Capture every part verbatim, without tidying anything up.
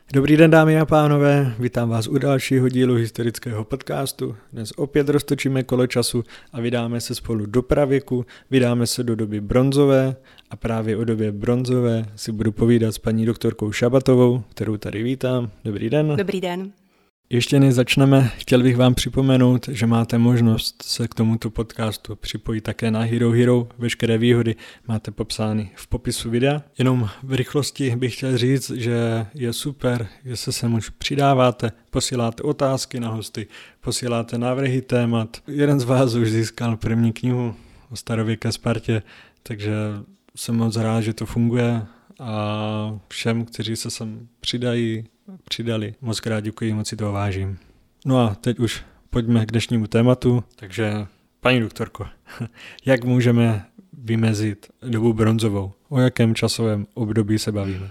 Dobrý den, dámy a pánové, vítám vás u dalšího dílu historického podcastu. Dnes opět roztočíme kolo času a vydáme se spolu do pravěku, vydáme se do doby bronzové a právě o době bronzové si budu povídat s paní doktorkou Šabatovou, kterou tady vítám. Dobrý den. Dobrý den. Ještě než začneme, chtěl bych vám připomenout, že máte možnost se k tomuto podcastu připojit také na Hero Hero. Veškeré výhody máte popsány v popisu videa. Jenom v rychlosti bych chtěl říct, že je super, že se sem už přidáváte, posíláte otázky na hosty, posíláte návrhy témat. Jeden z vás už získal první knihu o starověké Spartě, takže jsem moc rád, že to funguje a všem, kteří se sem přidají, přidali. Moc krát děkuji, moc si toho vážím. No a teď už pojďme k dnešnímu tématu. Takže, paní doktorko, jak můžeme vymezit dobu bronzovou? O jakém časovém období se bavíme?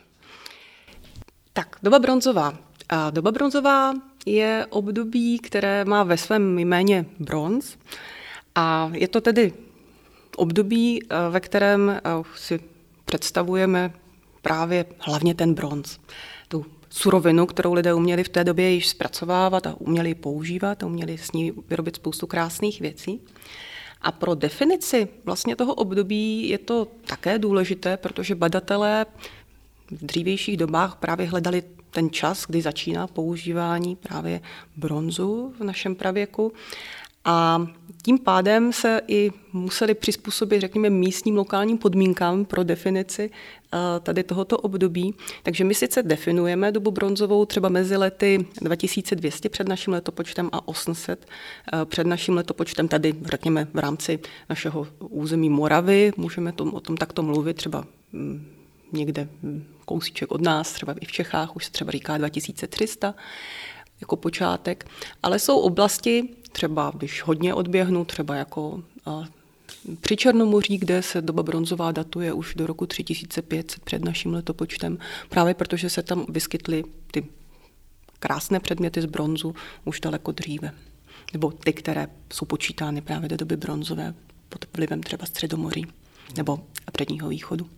Tak, doba bronzová. A doba bronzová je období, které má ve svém jméně bronz. A je to tedy období, ve kterém si představujeme právě hlavně ten bronz. Tu surovinu, kterou lidé uměli v té době již zpracovávat a uměli používat a uměli s ní vyrobit spoustu krásných věcí. A pro definici vlastně toho období je to také důležité, protože badatelé v dřívějších dobách právě hledali ten čas, kdy začíná používání právě bronzu v našem pravěku. A tím pádem se i museli přizpůsobit, řekněme, místním lokálním podmínkám pro definici tady tohoto období. Takže my sice definujeme dobu bronzovou třeba mezi lety dva tisíce dvě stě před naším letopočtem a osm set před naším letopočtem, tady řekněme v rámci našeho území Moravy, můžeme tom, o tom takto mluvit, třeba někde kousíček od nás, třeba i v Čechách, už se třeba říká dva tisíce tři sta jako počátek, ale jsou oblasti, třeba když hodně odběhnu, třeba jako a, při Černomoří, kde se doba bronzová datuje už do roku tři tisíce pět set před naším letopočtem, právě protože se tam vyskytly ty krásné předměty z bronzu už daleko dříve. Nebo ty, které jsou počítány právě do doby bronzové pod vlivem třeba Středomoří nebo Předního východu.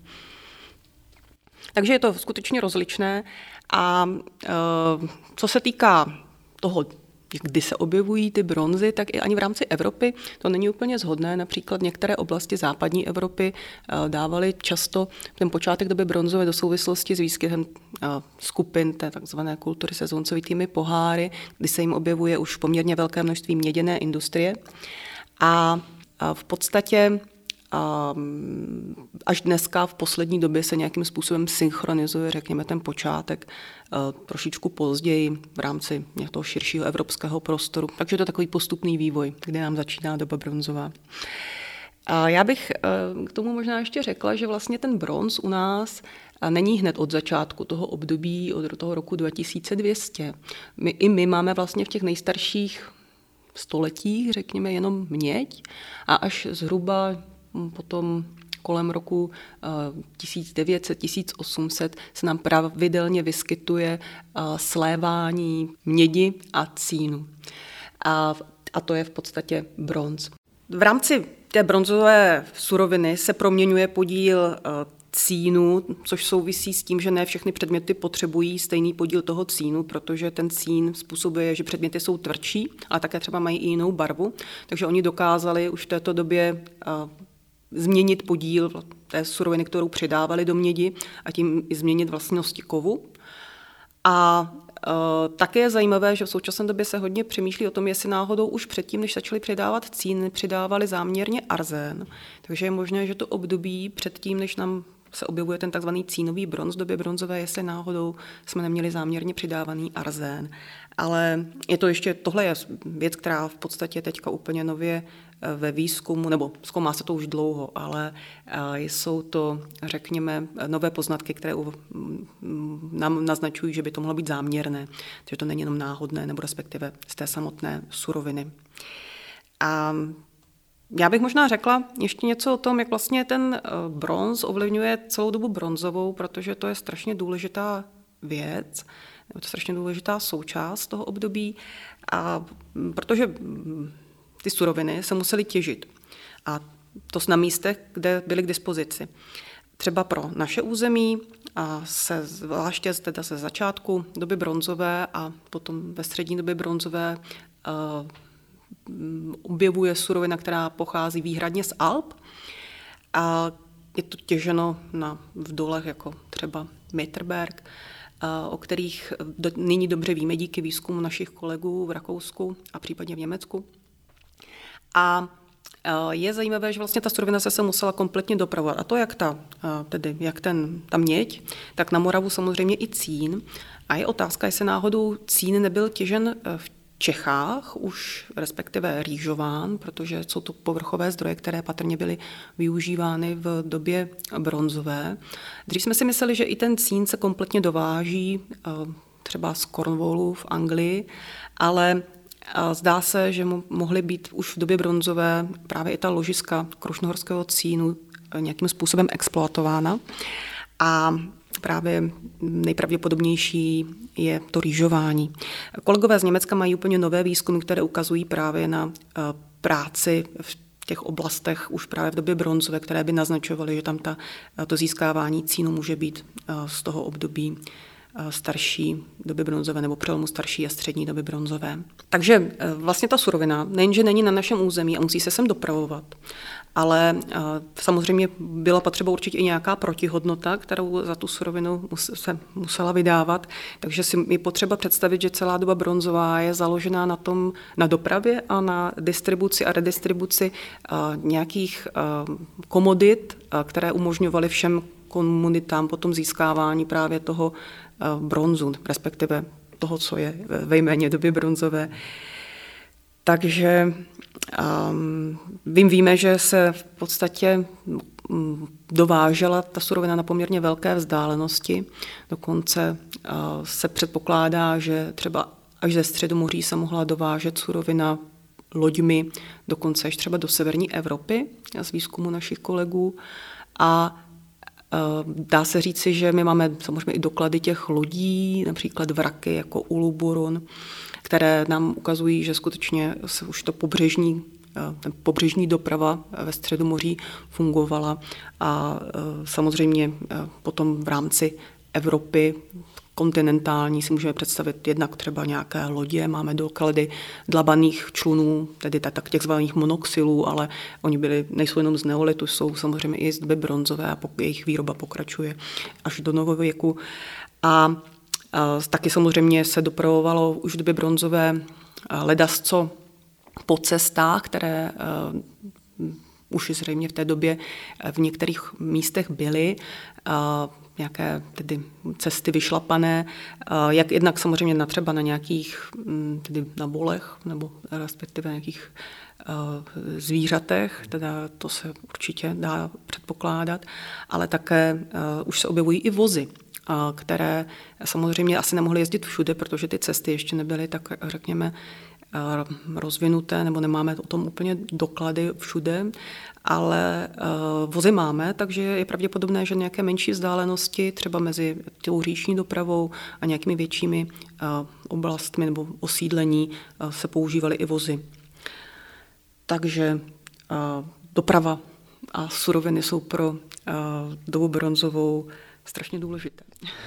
Takže je to skutečně rozličné a e, co se týká toho, kdy se objevují ty bronzy, tak i ani v rámci Evropy to není úplně shodné. Například některé oblasti západní Evropy e, dávaly často ten počátek doby bronzové do souvislosti s výskytem e, skupin té takzvané kultury sezoncovitými poháry, kdy se jim objevuje už poměrně velké množství měděné industrie. A, a v podstatě a až dneska v poslední době se nějakým způsobem synchronizuje, řekněme, ten počátek trošičku později v rámci toho širšího evropského prostoru. Takže to je takový postupný vývoj, kde nám začíná doba bronzová. A já bych k tomu možná ještě řekla, že vlastně ten bronz u nás není hned od začátku toho období, od toho roku dva tisíce dvě stě. My, I my máme vlastně v těch nejstarších stoletích, řekněme, jenom měď a až zhruba potom kolem roku tisíc devět set, tisíc osm set se nám pravidelně vyskytuje slévání mědi a cínu. A, a to je v podstatě bronz. V rámci té bronzové suroviny se proměňuje podíl cínu, což souvisí s tím, že ne všechny předměty potřebují stejný podíl toho cínu, protože ten cín způsobuje, že předměty jsou tvrdší, ale také třeba mají i jinou barvu. Takže oni dokázali už v této době změnit podíl té suroviny, kterou přidávali do mědi a tím i změnit vlastnosti kovu. A e, také je zajímavé, že v současné době se hodně přemýšlí o tom, jestli náhodou už předtím, než začali přidávat cín, přidávali záměrně arzén. Takže je možné, že to období předtím, než nám se objevuje ten takzvaný cínový bronz v době bronzové, jestli náhodou jsme neměli záměrně přidávaný arzén. Ale je to ještě, tohle je věc, která v podstatě teďka úplně nově ve výzkumu, nebo zkoumá se to už dlouho, ale jsou to, řekněme, nové poznatky, které nám naznačují, že by to mohlo být záměrné, že to není jenom náhodné, nebo respektive z té samotné suroviny. A já bych možná řekla ještě něco o tom, jak vlastně ten bronz ovlivňuje celou dobu bronzovou, protože to je strašně důležitá věc, nebo to je strašně důležitá součást toho období, a protože ty suroviny se musely těžit. A to na místech, kde byly k dispozici. Třeba pro naše území a se zvláště teda ze začátku doby bronzové a potom ve střední době bronzové objevuje surovina, která pochází výhradně z Alp. A je to těženo na, v dolech jako třeba Mitterberg, o kterých do, nyní dobře víme díky výzkumu našich kolegů v Rakousku a případně v Německu. A je zajímavé, že vlastně ta surovina se, se musela kompletně dopravovat. A to jak ta, tedy jak ten, ta měď, tak na Moravu samozřejmě i cín. A je otázka, jestli náhodou cín nebyl těžen v Čechách, už respektive rýžován, protože jsou to povrchové zdroje, které patrně byly využívány v době bronzové. Dřív jsme si mysleli, že i ten cín se kompletně dováží třeba z Cornwallu v Anglii, ale zdá se, že mohly být už v době bronzové právě i ta ložiska krušnohorského cínu nějakým způsobem exploatována. A právě nejpravděpodobnější je to rýžování. Kolegové z Německa mají úplně nové výzkumy, které ukazují právě na práci v těch oblastech už právě v době bronzové, které by naznačovaly, že tam ta, to získávání cínu může být z toho období starší doby bronzové nebo přelomu starší a střední doby bronzové. Takže vlastně ta surovina nejenže není na našem území a musí se sem dopravovat, ale samozřejmě byla potřeba určitě i nějaká protihodnota, kterou za tu surovinu se musela vydávat, takže si je potřeba představit, že celá doba bronzová je založená na tom, na dopravě a na distribuci a redistribuci nějakých komodit, které umožňovaly všem komunitám potom získávání právě toho bronzu, respektive toho, co je ve jméně doby bronzové. Takže um, vím, víme, že se v podstatě dovážela ta surovina na poměrně velké vzdálenosti. Dokonce uh, se předpokládá, že třeba až ze Středomoří se mohla dovážet surovina loďmi, dokonce až třeba do severní Evropy, z výzkumu našich kolegů. A dá se říci, že my máme samozřejmě i doklady těch lodí, například vraky jako Uluburun, které nám ukazují, že skutečně se už to pobřežní, ten pobřežní doprava ve Středomoří fungovala a samozřejmě potom v rámci Evropy kontinentální si můžeme představit jednak třeba nějaké lodě, máme doklady dlabaných člunů, tedy tak takzvaných monoxylů, ale oni byli, nejsou jenom z neolitu, jsou samozřejmě i z doby bronzové a jejich výroba pokračuje až do novověku. A, a taky samozřejmě se dopravovalo už v době bronzové ledasco po cestách, které uh, už zřejmě v té době v některých místech byly, uh, nějaké tedy cesty vyšlapané, jak jednak samozřejmě na třeba na nějakých tedy na volech nebo respektive nějakých zvířatech, teda to se určitě dá předpokládat, ale také už se objevují i vozy, které samozřejmě asi nemohly jezdit všude, protože ty cesty ještě nebyly tak, řekněme, rozvinuté, nebo nemáme o tom úplně doklady všude, ale uh, vozy máme, takže je pravděpodobné, že nějaké menší vzdálenosti, třeba mezi tou říční dopravou a nějakými většími uh, oblastmi nebo osídlení uh, se používaly i vozy. Takže uh, doprava a suroviny jsou pro uh, dobu bronzovou strašně důležité.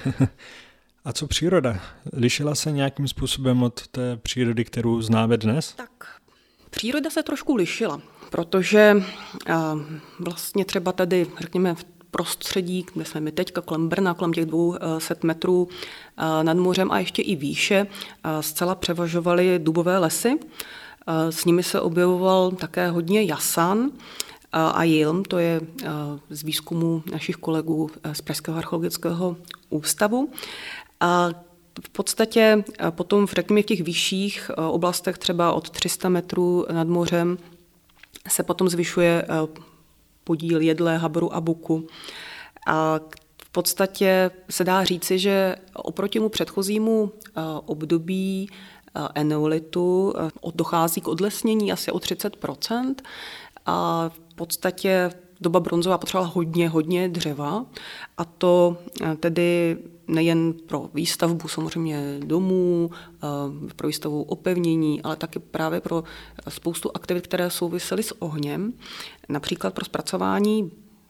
A co příroda? Lišila se nějakým způsobem od té přírody, kterou známe dnes? Tak, příroda se trošku lišila, protože uh, vlastně třeba tady, řekněme, v prostředí, kde jsme my teďka kolem Brna, kolem těch dvou set metrů uh, nad mořem a ještě i výše, uh, zcela převažovaly dubové lesy. Uh, s nimi se objevoval také hodně jasan a jilm, to je uh, z výzkumu našich kolegů z Pražského archeologického ústavu. A v podstatě potom v, řekněme, v těch vyšších oblastech, třeba od tři sta metrů nad mořem, se potom zvyšuje podíl jedle, haboru a buku. A v podstatě se dá říci, že oproti mu předchozímu období eneolitu dochází k odlesnění asi o třicet procent. A v podstatě doba bronzová potřebovala hodně, hodně dřeva, a to tedy nejen pro výstavbu samozřejmě domů, pro výstavbu opevnění, ale taky právě pro spoustu aktivit, které souvisely s ohněm, například pro zpracování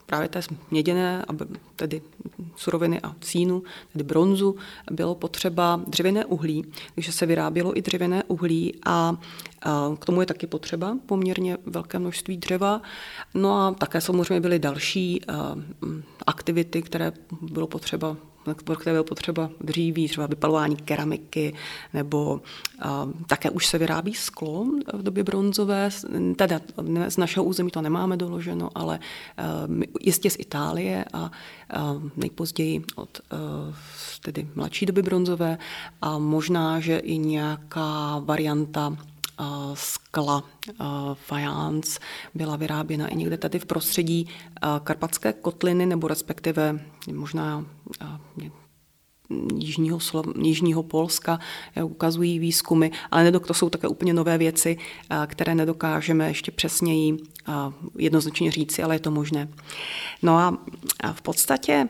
právě té měděné, tedy suroviny a cínu, tedy bronzu, bylo potřeba dřevěné uhlí, takže se vyrábělo i dřevěné uhlí a k tomu je taky potřeba poměrně velké množství dřeva. No a také samozřejmě byly další aktivity, které bylo potřeba které bylo potřeba dříví, třeba vypalování keramiky, nebo a, také už se vyrábí sklo v době bronzové, teda z našeho území to nemáme doloženo, ale a, jistě z Itálie a, a nejpozději od a, tedy mladší doby bronzové a možná, že i nějaká varianta skla fajans byla vyráběna i někde tady v prostředí Karpatské kotliny, nebo respektive možná jižního, jižního Polska, ukazují výzkumy, ale to jsou také úplně nové věci, které nedokážeme ještě přesněji jednoznačně říci, ale je to možné. No a v podstatě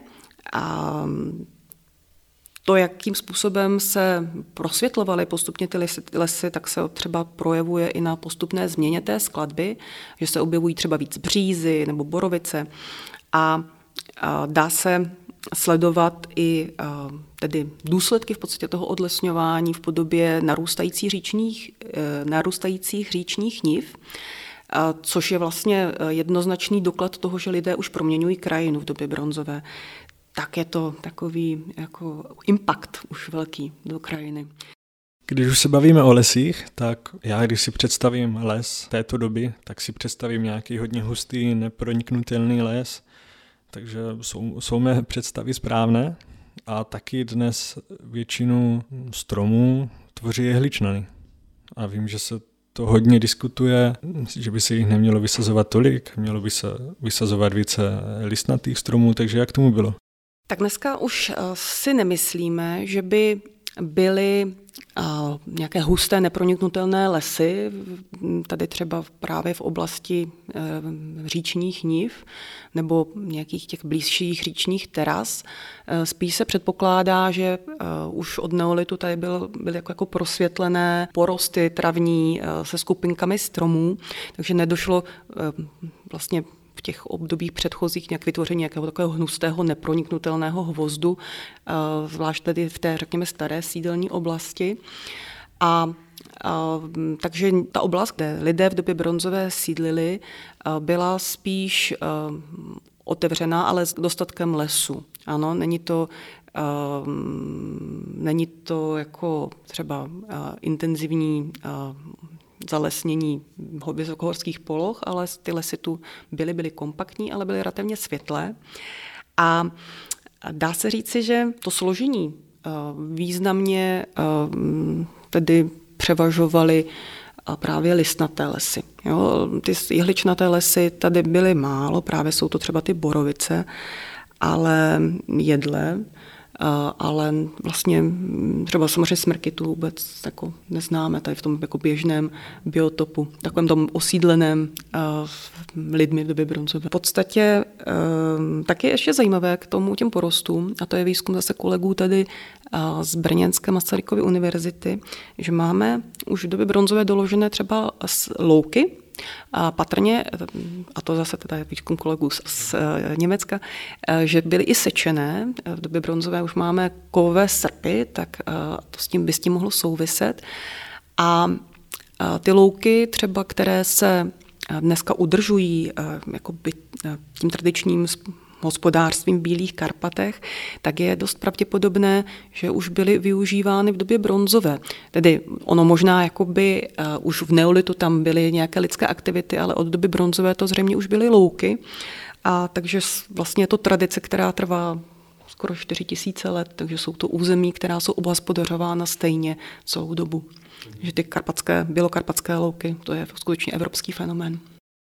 to, jakým způsobem se prosvětlovaly postupně ty lesy, lesy, tak se třeba projevuje i na postupné změně té skladby, že se objevují třeba víc břízy nebo borovice a, a dá se sledovat i a, tedy důsledky v podstatě toho odlesňování v podobě narůstajících říčních, e, narůstajících říčních niv, a, což je vlastně jednoznačný doklad toho, že lidé už proměňují krajinu v době bronzové. Tak je to takový jako impact už velký do krajiny. Když už se bavíme o lesích, tak já, když si představím les této doby, tak si představím nějaký hodně hustý, neproniknutelný les, takže jsou, jsou mé představy správné a taky dnes většinu stromů tvoří jehličnany. A vím, že se to hodně diskutuje, že by se jich nemělo vysazovat tolik, mělo by se vysazovat více listnatých stromů, takže jak tomu bylo? Tak dneska už si nemyslíme, že by byly nějaké husté, neproniknutelné lesy, tady třeba právě v oblasti říčních niv nebo nějakých těch blížších říčních teras. Spíš se předpokládá, že už od neolitu tady byl, byly jako, jako prosvětlené porosty travní se skupinkami stromů, takže nedošlo vlastně v těch obdobích předchozích nějak vytvoření nějakého takového hnustého, neproniknutelného hvozdu, zvlášť tedy v té, řekněme, staré sídelní oblasti. A, a takže ta oblast, kde lidé v době bronzové sídlili, byla spíš otevřená, ale s dostatkem lesu. Ano, není to Uh, není to jako třeba uh, intenzivní uh, zalesnění vysokohorských poloh, ale ty lesy tu byly, byly kompaktní, ale byly relativně světlé. A dá se říci, že to složení uh, významně uh, tedy převažovaly uh, právě listnaté lesy. Jo, ty jehličnaté lesy tady byly málo, právě jsou to třeba ty borovice, ale jedle, ale vlastně třeba samozřejmě smrky tu vůbec jako neznáme tady v tom jako běžném biotopu, takovém tom osídleném lidmi v době bronzové. V podstatě taky ještě zajímavé k tomu těm porostům, a to je výzkum zase kolegů tady z Brněnské Masarykovy univerzity, že máme už v době bronzové doložené třeba louky, a patrně, a to zase teda je výzkum kolegů z, z Německa, že byly i sečené. V době bronzové už máme kovové srpy, tak to s tím by s tím mohlo souviset. A ty louky třeba, které se dneska udržují jakoby tím tradičním hospodářstvím v Bílých Karpatech, tak je dost pravděpodobné, že už byly využívány v době bronzové. Tedy ono možná jakoby uh, už v neolitu tam byly nějaké lidské aktivity, ale od doby bronzové to zřejmě už byly louky. A takže vlastně je to tradice, která trvá skoro čtyři tisíce let, takže jsou to území, která jsou obhospodařována stejně celou dobu. Že ty karpatské, bělokarpatské louky, to je skutečně evropský fenomén.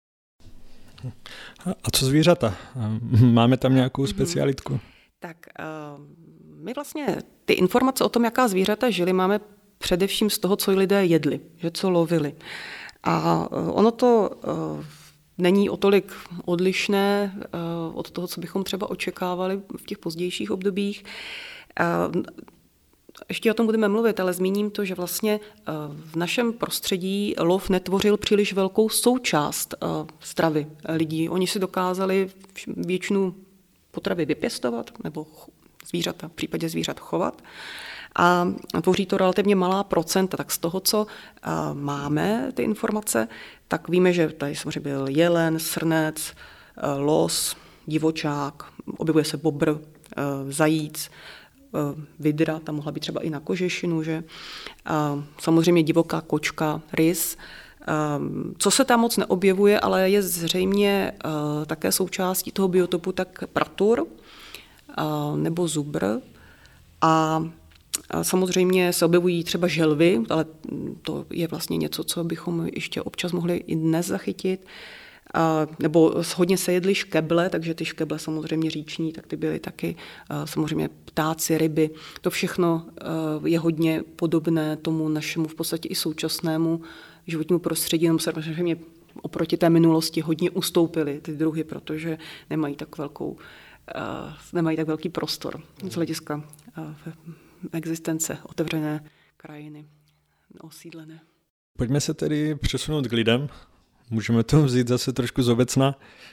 A co zvířata? Máme tam nějakou specialitku? Hmm. Tak my vlastně ty informace o tom, jaká zvířata žili, máme především z toho, co lidé jedli, že co lovili. A ono to není o tolik odlišné od toho, co bychom třeba očekávali v těch pozdějších obdobích. ještě o tom budeme mluvit, ale zmíním to, že vlastně v našem prostředí lov netvořil příliš velkou součást stravy lidí. Oni si dokázali většinu potravy vypěstovat nebo zvířata, v případě zvířat chovat. A tvoří to relativně malá procenta. Tak z toho, co máme ty informace, tak víme, že tady samozřejmě byl jelen, srnec, los, divočák, objevuje se bobr, zajíc, vidra, tam mohla být třeba i na kožešinu, že? A samozřejmě divoká kočka, rys. Co se tam moc neobjevuje, ale je zřejmě také součástí toho biotopu, tak pratur nebo zubr. A samozřejmě se objevují třeba želvy, ale to je vlastně něco, co bychom ještě občas mohli i dnes zachytit. A, nebo hodně se jedly škeble, takže ty škeble samozřejmě říční, tak ty byly taky a, samozřejmě ptáci, ryby. To všechno a, je hodně podobné tomu našemu v podstatě i současnému životnímu prostředí, jenom se samozřejmě oproti té minulosti hodně ustoupily ty druhy, protože nemají tak velkou, a, nemají tak velký prostor z hlediska a, existence otevřené krajiny, osídlené. Pojďme se tedy přesunout k lidem. Můžeme to vzít zase trošku z obecna.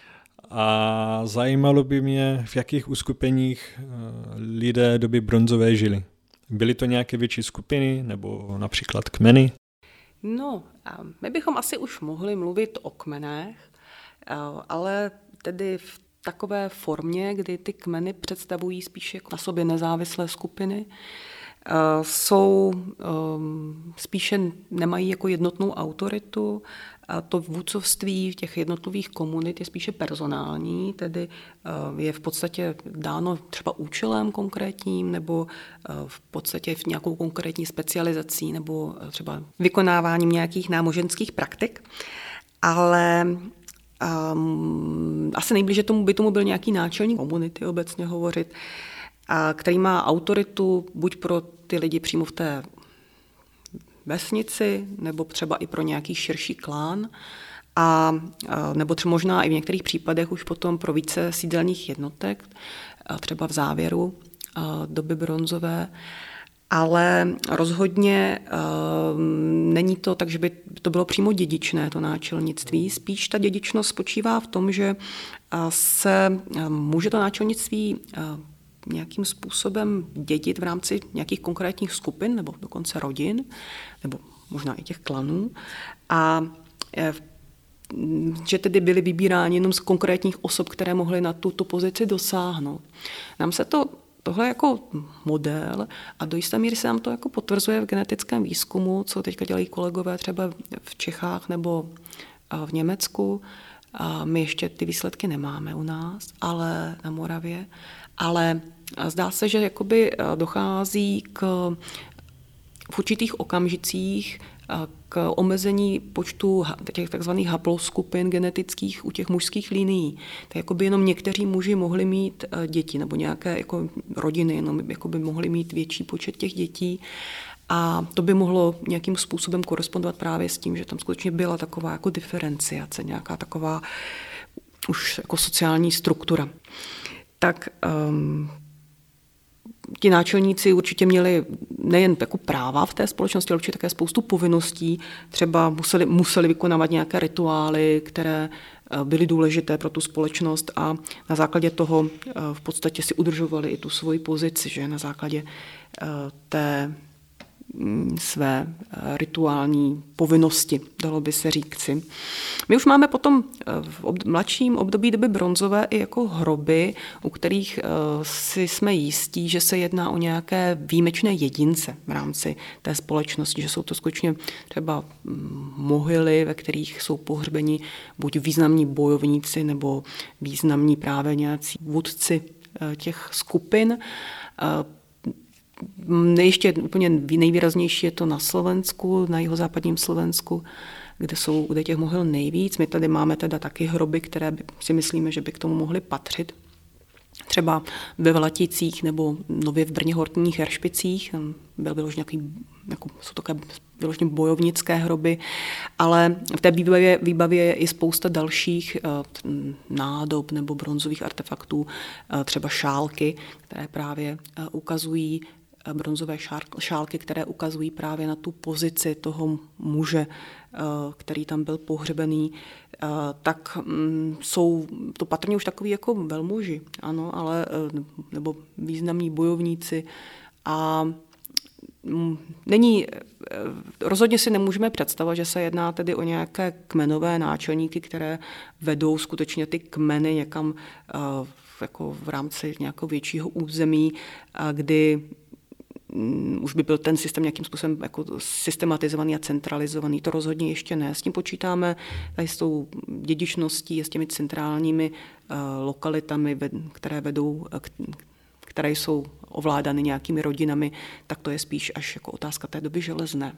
A zajímalo by mě, v jakých uskupeních lidé doby bronzové žili. Byly to nějaké větší skupiny nebo například kmeny? No, my bychom asi už mohli mluvit o kmenech, ale tedy v takové formě, kdy ty kmeny představují spíše na sobě nezávislé skupiny, jsou spíše nemají jako jednotnou autoritu. A to vůdcovství těch jednotlivých komunit je spíše personální, tedy je v podstatě dáno třeba účelem konkrétním nebo v podstatě v nějakou konkrétní specializací nebo třeba vykonáváním nějakých námoženských praktik. Ale um, asi nejblíže tomu by tomu byl nějaký náčelník komunity, obecně hovořit, a který má autoritu buď pro ty lidi přímo v té vesnici, nebo třeba i pro nějaký širší klán, a, nebo třeba možná i v některých případech už potom pro více sídelních jednotek, třeba v závěru doby bronzové. Ale rozhodně není to tak, že by to bylo přímo dědičné, to náčelnictví. Spíš ta dědičnost spočívá v tom, že se může to náčelnictví nějakým způsobem dědit v rámci nějakých konkrétních skupin nebo dokonce rodin, nebo možná i těch klanů. A že tedy byly vybíráni jenom z konkrétních osob, které mohly na tuto pozici dosáhnout. Nám se to tohle jako model a do jisté míry se nám to jako potvrzuje v genetickém výzkumu, co teďka dělají kolegové třeba v Čechách nebo v Německu. A my ještě ty výsledky nemáme u nás, ale na Moravě. Ale zdá se, že jakoby dochází k v určitých okamžicích k omezení počtu těch takzvaných haploskupin genetických u těch mužských linií. Tak jakoby jenom někteří muži mohli mít děti nebo nějaké jako rodiny, jenom jakoby mohli mít větší počet těch dětí. A to by mohlo nějakým způsobem korespondovat právě s tím, že tam skutečně byla taková jako diferenciace, nějaká taková už jako sociální struktura. Tak um, ti náčelníci určitě měli nejen jako práva v té společnosti, ale určitě také spoustu povinností. Třeba museli, museli vykonávat nějaké rituály, které byly důležité pro tu společnost a na základě toho v podstatě si udržovali i tu svoji pozici, že na základě té své rituální povinnosti, dalo by se říci. My už máme potom v ob- mladším období doby bronzové i jako hroby, u kterých si jsme jistí, že se jedná o nějaké výjimečné jedince v rámci té společnosti, že jsou to skutečně třeba mohyly, ve kterých jsou pohřbeni buď významní bojovníci nebo významní právě nějací vůdci těch skupin. Ještě úplně nejvýraznější je to na Slovensku, na jihozápadním Slovensku, kde jsou kde těch mohyl nejvíc. My tady máme teda taky hroby, které si myslíme, že by k tomu mohly patřit. Třeba ve Vlaticích nebo nově v Brně Hortních Heršpicích, byl vyložený nějaký, jako, jsou také vyloženě bojovnické hroby, ale v té výbavě, výbavě je i spousta dalších uh, nádob nebo bronzových artefaktů, uh, třeba šálky, které právě uh, ukazují bronzové šálky, které ukazují právě na tu pozici toho muže, který tam byl pohřebený, tak jsou to patrně už takový jako velmuži, ano, ale, nebo významní bojovníci. A není, rozhodně si nemůžeme představovat, že se jedná tedy o nějaké kmenové náčelníky, které vedou skutečně ty kmeny někam jako v rámci nějakého většího území, kdy už by byl ten systém nějakým způsobem jako systematizovaný a centralizovaný. To rozhodně ještě ne. S tím počítáme tady s tou dědičností a s těmi centrálními lokalitami, které vedou, které jsou ovládány nějakými rodinami, tak to je spíš až jako otázka té doby železné.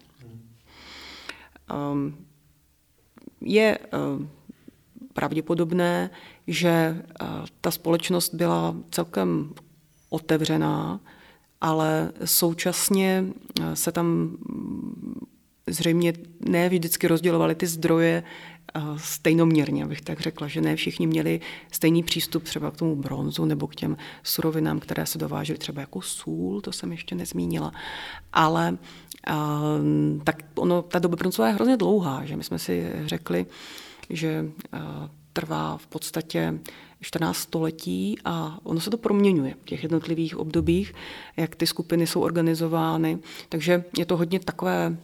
Je pravděpodobné, že ta společnost byla celkem otevřená, ale současně se tam zřejmě ne vždycky rozdělovaly ty zdroje stejnoměrně, abych tak řekla, že ne všichni měli stejný přístup třeba k tomu bronzu nebo k těm surovinám, které se dovážely třeba jako sůl, to jsem ještě nezmínila, ale tak ono, ta doba bronzová je hrozně dlouhá, že my jsme si řekli, že trvá v podstatě čtrnáct století a ono se to proměňuje v těch jednotlivých obdobích, jak ty skupiny jsou organizovány. Takže je to hodně takové,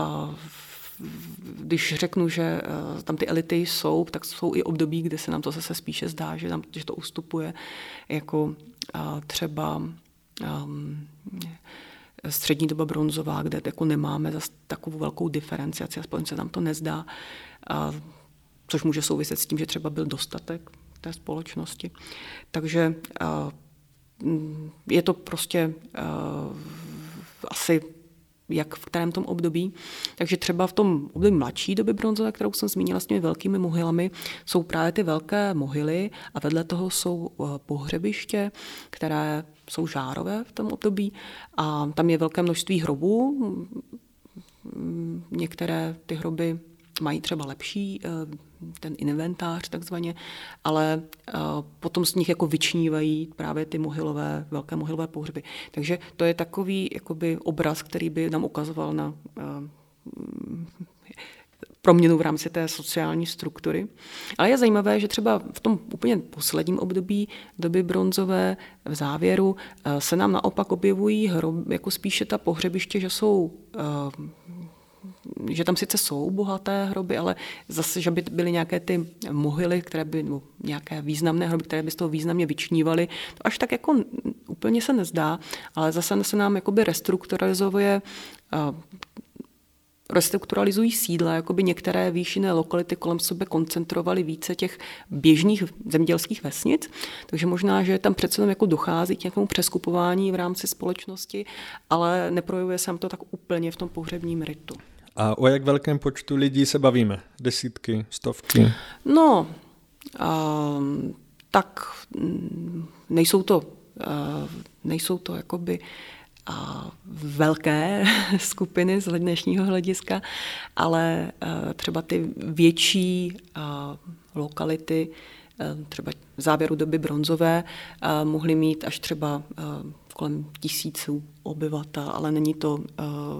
když řeknu, že tam ty elity jsou, tak jsou i období, kde se nám to zase spíše zdá, že, tam, že to ustupuje, jako třeba střední doba bronzová, kde jako nemáme zase takovou velkou diferenciaci, aspoň se nám to nezdá, což může souviset s tím, že třeba byl dostatek té společnosti. Takže je to prostě asi jak v kterém tom období. Takže třeba v tom období mladší doby bronzové, kterou jsem zmínila s těmi velkými mohylami, jsou právě ty velké mohyly a vedle toho jsou pohřebiště, které jsou žárové v tom období a tam je velké množství hrobů. Některé ty hroby mají třeba lepší ten inventář takzvaně, ale potom z nich jako vyčnívají právě ty mohylové, velké mohylové pohřby. Takže to je takový jakoby obraz, který by nám ukazoval na proměnu v rámci té sociální struktury. Ale je zajímavé, že třeba v tom úplně posledním období doby bronzové v závěru se nám naopak objevují hrob, jako spíše ta pohřebiště, že jsou že tam sice jsou bohaté hroby, ale zase, že by byly nějaké ty mohyly, které by, no, nějaké významné hroby, které by z toho významně vyčnívaly. To až tak jako úplně se nezdá, ale zase se nám jakoby restrukturalizuje restrukturalizují sídla, jakoby některé výšinné lokality kolem sebe koncentrovaly více těch běžných zemědělských vesnic, takže možná, že tam přece jenom jako dochází k nějakému přeskupování v rámci společnosti, ale neprojevuje se nám to tak úplně v tom pohřebním ritu. A o jak velkém počtu lidí se bavíme? Desítky, stovky? No, um, tak nejsou to, uh, nejsou to jakoby a velké skupiny z dnešního hlediska, ale uh, třeba ty větší uh, lokality, uh, třeba v závěru doby bronzové, uh, mohly mít až třeba uh, kolem tisíců obyvatel, ale není to uh,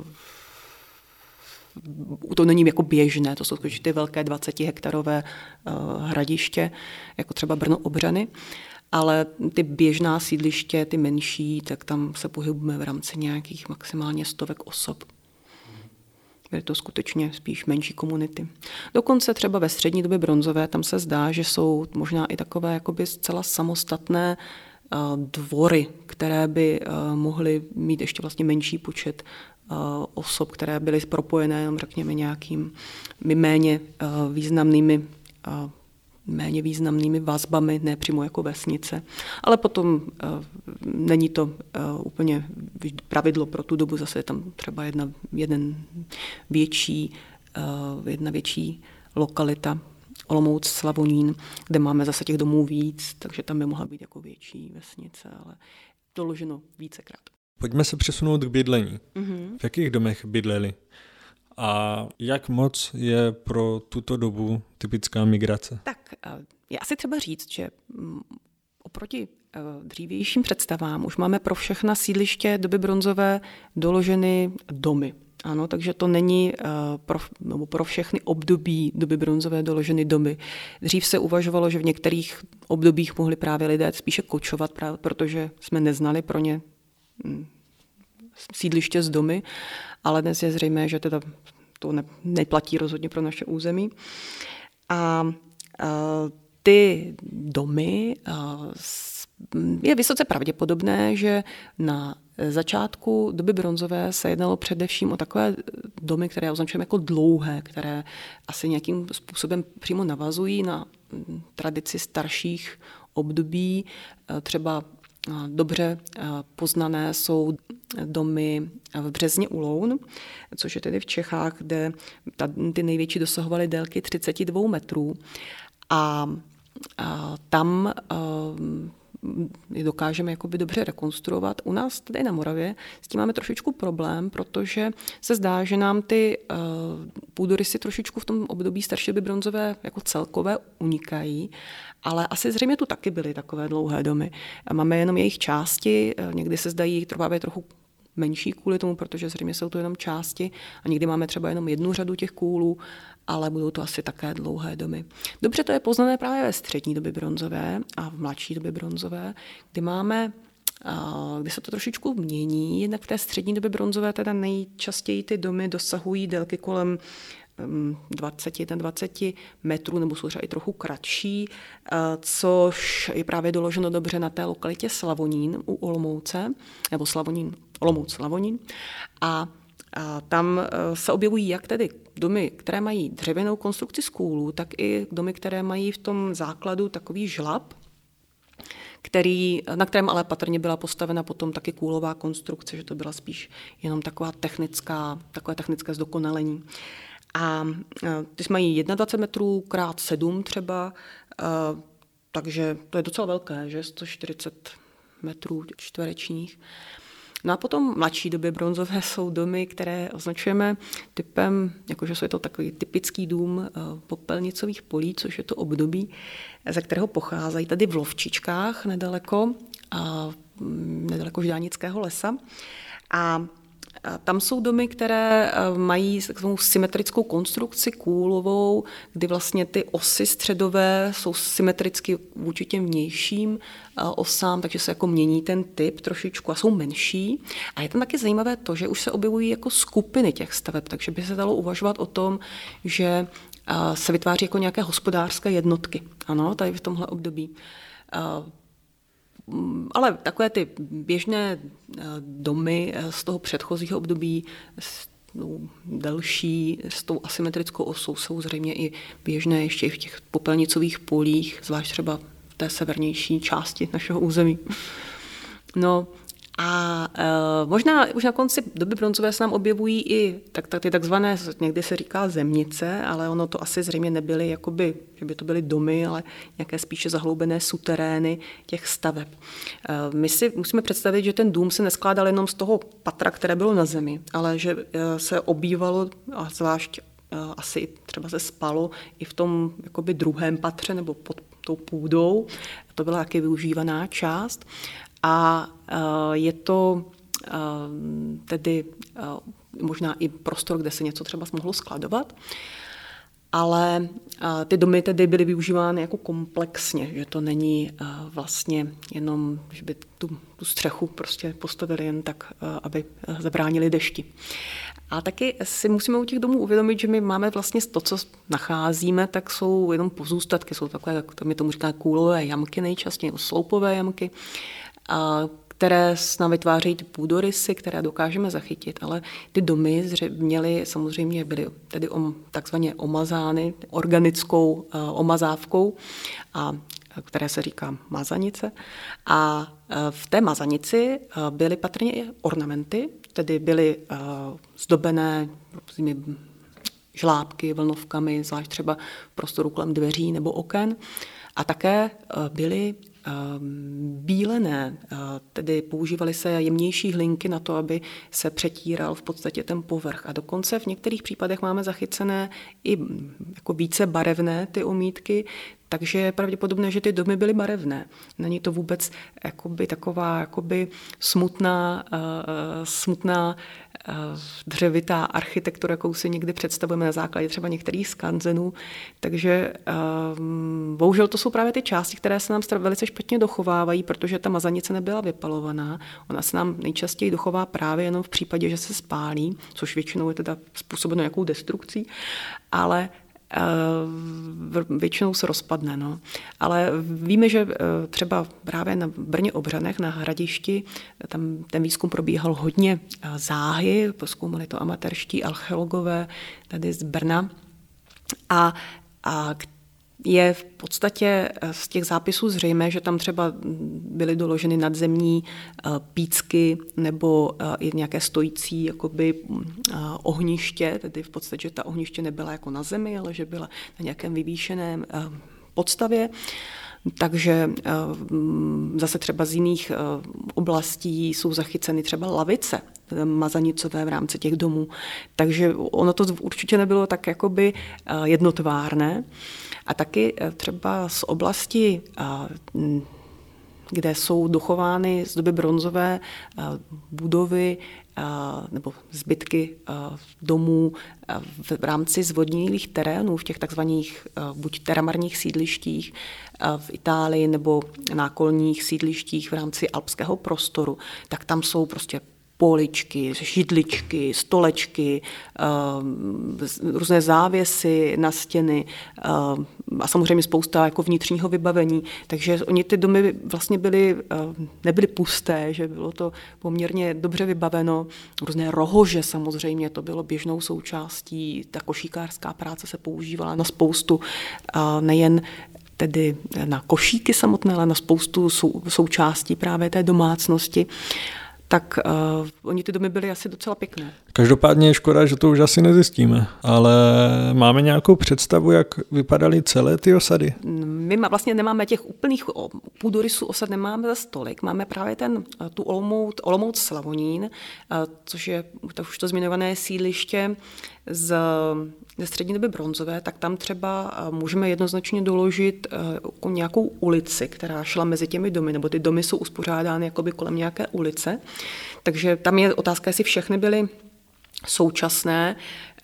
to není jako běžné, to jsou skutečně ty velké dvacetihektarové uh, hradiště, jako třeba Brno-Obřany, ale ty běžná sídliště, ty menší, tak tam se pohybujeme v rámci nějakých maximálně stovek osob. Je to skutečně spíš menší komunity. Dokonce třeba ve střední době bronzové, tam se zdá, že jsou možná i takové jakoby zcela samostatné uh, dvory, které by uh, mohly mít ještě vlastně menší počet osob, které byly propojené jenom řekněme nějakými méně významnými méně významnými vazbami, ne přímo jako vesnice. Ale potom není to úplně pravidlo pro tu dobu, zase je tam třeba jedna, jeden větší, jedna větší lokalita, Olomouc, Slavonín, kde máme zase těch domů víc, takže tam by mohla být jako větší vesnice, ale doloženo vícekrát. Pojďme se přesunout k bydlení. Mm-hmm. V jakých domech bydleli? A jak moc je pro tuto dobu typická migrace? Tak je asi třeba říct, že oproti dřívějším představám už máme pro všechna sídliště doby bronzové doloženy domy. Ano, takže to není uh, pro, nebo pro všechny období doby bronzové doloženy domy. Dřív se uvažovalo, že v některých obdobích mohli právě lidé spíše kočovat, právě protože jsme neznali pro ně hm, sídliště z domy, ale dnes je zřejmé, že teda to ne, neplatí rozhodně pro naše území. A uh, ty domy uh, je vysoce pravděpodobné, že na začátku doby bronzové se jednalo především o takové domy, které označujeme jako dlouhé, které asi nějakým způsobem přímo navazují na tradici starších období. Třeba dobře poznané jsou domy v Březně u Loun, což je tedy v Čechách, kde ty největší dosahovaly délky třicet dva metrů. A, a tam a, je dokážeme jakoby dobře rekonstruovat. U nás tady na Moravě s tím máme trošičku problém, protože se zdá, že nám ty uh, půdorysy trošičku v tom období starší doby bronzové jako celkové unikají, ale asi zřejmě tu taky byly takové dlouhé domy. Máme jenom jejich části, někdy se zdají trvá trochu menší kvůli tomu, protože zřejmě jsou to jenom části a někdy máme třeba jenom jednu řadu těch kůlů, ale budou to asi také dlouhé domy. Dobře, to je poznané právě ve střední době bronzové a v mladší době bronzové, kdy máme, kdy se to trošičku mění, jednak v té střední době bronzové teda nejčastěji ty domy dosahují délky kolem dvacet na dvacet metrů, nebo jsou třeba i trochu kratší, což je právě doloženo dobře na té lokalitě Slavonín u Olomouce, nebo Slavonín, Olomouc Slavonín. A, a tam se objevují jak tedy domy, které mají dřevěnou konstrukci z kůlů, tak i domy, které mají v tom základu takový žlab, který, na kterém ale patrně byla postavena potom taky kůlová konstrukce, že to byla spíš jenom taková technická, takové technické zdokonalení. A ty mají dvacet jedna metrů krát sedm třeba, takže to je docela velké, že sto čtyřicet metrů čtverečních. No a potom mladší doby bronzové jsou domy, které označujeme typem, jakože jsou to takový typický dům popelnicových polí, což je to období, ze kterého pocházejí tady v Lovčičkách nedaleko, a nedaleko Žďánického lesa. A tam jsou domy, které mají takovou symetrickou konstrukci kůlovou, kdy vlastně ty osy středové jsou symetricky vůči těm vnějším osám, takže se jako mění ten typ trošičku a jsou menší. A je tam taky zajímavé to, že už se objevují jako skupiny těch staveb, takže by se dalo uvažovat o tom, že se vytváří jako nějaké hospodářské jednotky. Ano, tady v tomhle období. Ale takové ty běžné domy z toho předchozího období, delší, s tou asymetrickou osou, jsou zřejmě i běžné ještě i v těch popelnicových polích, zvlášť třeba v té severnější části našeho území. No a e, možná už na konci doby bronzové se nám objevují i tak, tak, ty takzvané, někdy se říká zemnice, ale ono to asi zřejmě nebyly, jakoby, že by to byly domy, ale nějaké spíše zahloubené suterény těch staveb. E, my si musíme představit, že ten dům se neskládal jenom z toho patra, které bylo na zemi, ale že e, se obývalo, a zvlášť e, asi třeba se spalo i v tom jakoby druhém patře nebo pod tou půdou. To byla taky využívaná část. A je to tedy možná i prostor, kde se něco třeba mohlo skladovat, ale ty domy tedy byly využívány jako komplexně, že to není vlastně jenom, že by tu, tu střechu prostě postavili jen tak, aby zabránili dešti. A taky si musíme u těch domů uvědomit, že my máme vlastně to, co nacházíme, tak jsou jenom pozůstatky, jsou takové, my tomu říkáme kůlové jamky nejčastěji, sloupové jamky, a které nám vytvářejí ty půdorysy, které dokážeme zachytit, ale ty domy měly samozřejmě byly tedy takzvaně omazány organickou uh, omazávkou, a, které se říká mazanice. A uh, v té mazanici uh, byly patrně i ornamenty, tedy byly uh, zdobené různými žlábky, vlnovkami, zvlášť třeba v prostoru kolem dveří nebo oken. A také uh, byly bílené, tedy používaly se jemnější hlinky na to, aby se přetíral v podstatě ten povrch. A dokonce v některých případech máme zachycené i jako více barevné ty omítky, takže je pravděpodobné, že ty domy byly barevné. Není to vůbec jakoby taková jakoby smutná, uh, smutná uh, dřevitá architektura, jakou si někdy představujeme na základě třeba některých skanzenů. Takže uh, bohužel to jsou právě ty části, které se nám velice špatně dochovávají, protože ta mazanice nebyla vypalovaná. Ona se nám nejčastěji dochová právě jenom v případě, že se spálí, což většinou je teda způsobeno nějakou destrukcí, ale většinou se rozpadne. No. Ale víme, že třeba právě na Brně Obřanech, na Hradišti, tam ten výzkum probíhal hodně záhy, pozkoumali to amatérští archeologové tady z Brna a, a je v podstatě z těch zápisů zřejmé, že tam třeba byly doloženy nadzemní pícky nebo i nějaké stojící jakoby ohniště, tedy v podstatě, že ta ohniště nebyla jako na zemi, ale že byla na nějakém vyvýšeném podstavě. Takže zase třeba z jiných oblastí jsou zachyceny třeba lavice mazanicové v rámci těch domů. Takže ono to určitě nebylo tak jakoby jednotvárné. A taky třeba z oblasti, kde jsou dochovány z doby bronzové budovy nebo zbytky domů v rámci zvodnělých terénů v těch takzvaných buď teramarních sídlištích v Itálii nebo nákolních sídlištích v rámci alpského prostoru, tak tam jsou prostě poličky, židličky, stolečky, různé závěsy na stěny a samozřejmě spousta jako vnitřního vybavení. Takže oni ty domy vlastně byly, nebyly pusté, že bylo to poměrně dobře vybaveno. Různé rohože samozřejmě, to bylo běžnou součástí. Ta košíkářská práce se používala na spoustu, nejen tedy na košíky samotné, ale na spoustu sou, součástí právě té domácnosti. Tak uh, oni ty domy byly asi docela pěkné. Každopádně je škoda, že to už asi nezjistíme, ale máme nějakou představu, jak vypadaly celé ty osady? My vlastně nemáme těch úplných půdorysů osad, nemáme za tolik. Máme právě ten, tu Olomouc, Olomouc Slavonín, což je to už to zmiňované sídliště z, ze střední doby bronzové, tak tam třeba můžeme jednoznačně doložit nějakou ulici, která šla mezi těmi domy, nebo ty domy jsou uspořádány jakoby kolem nějaké ulice. Takže tam je otázka, jestli všechny byly současné.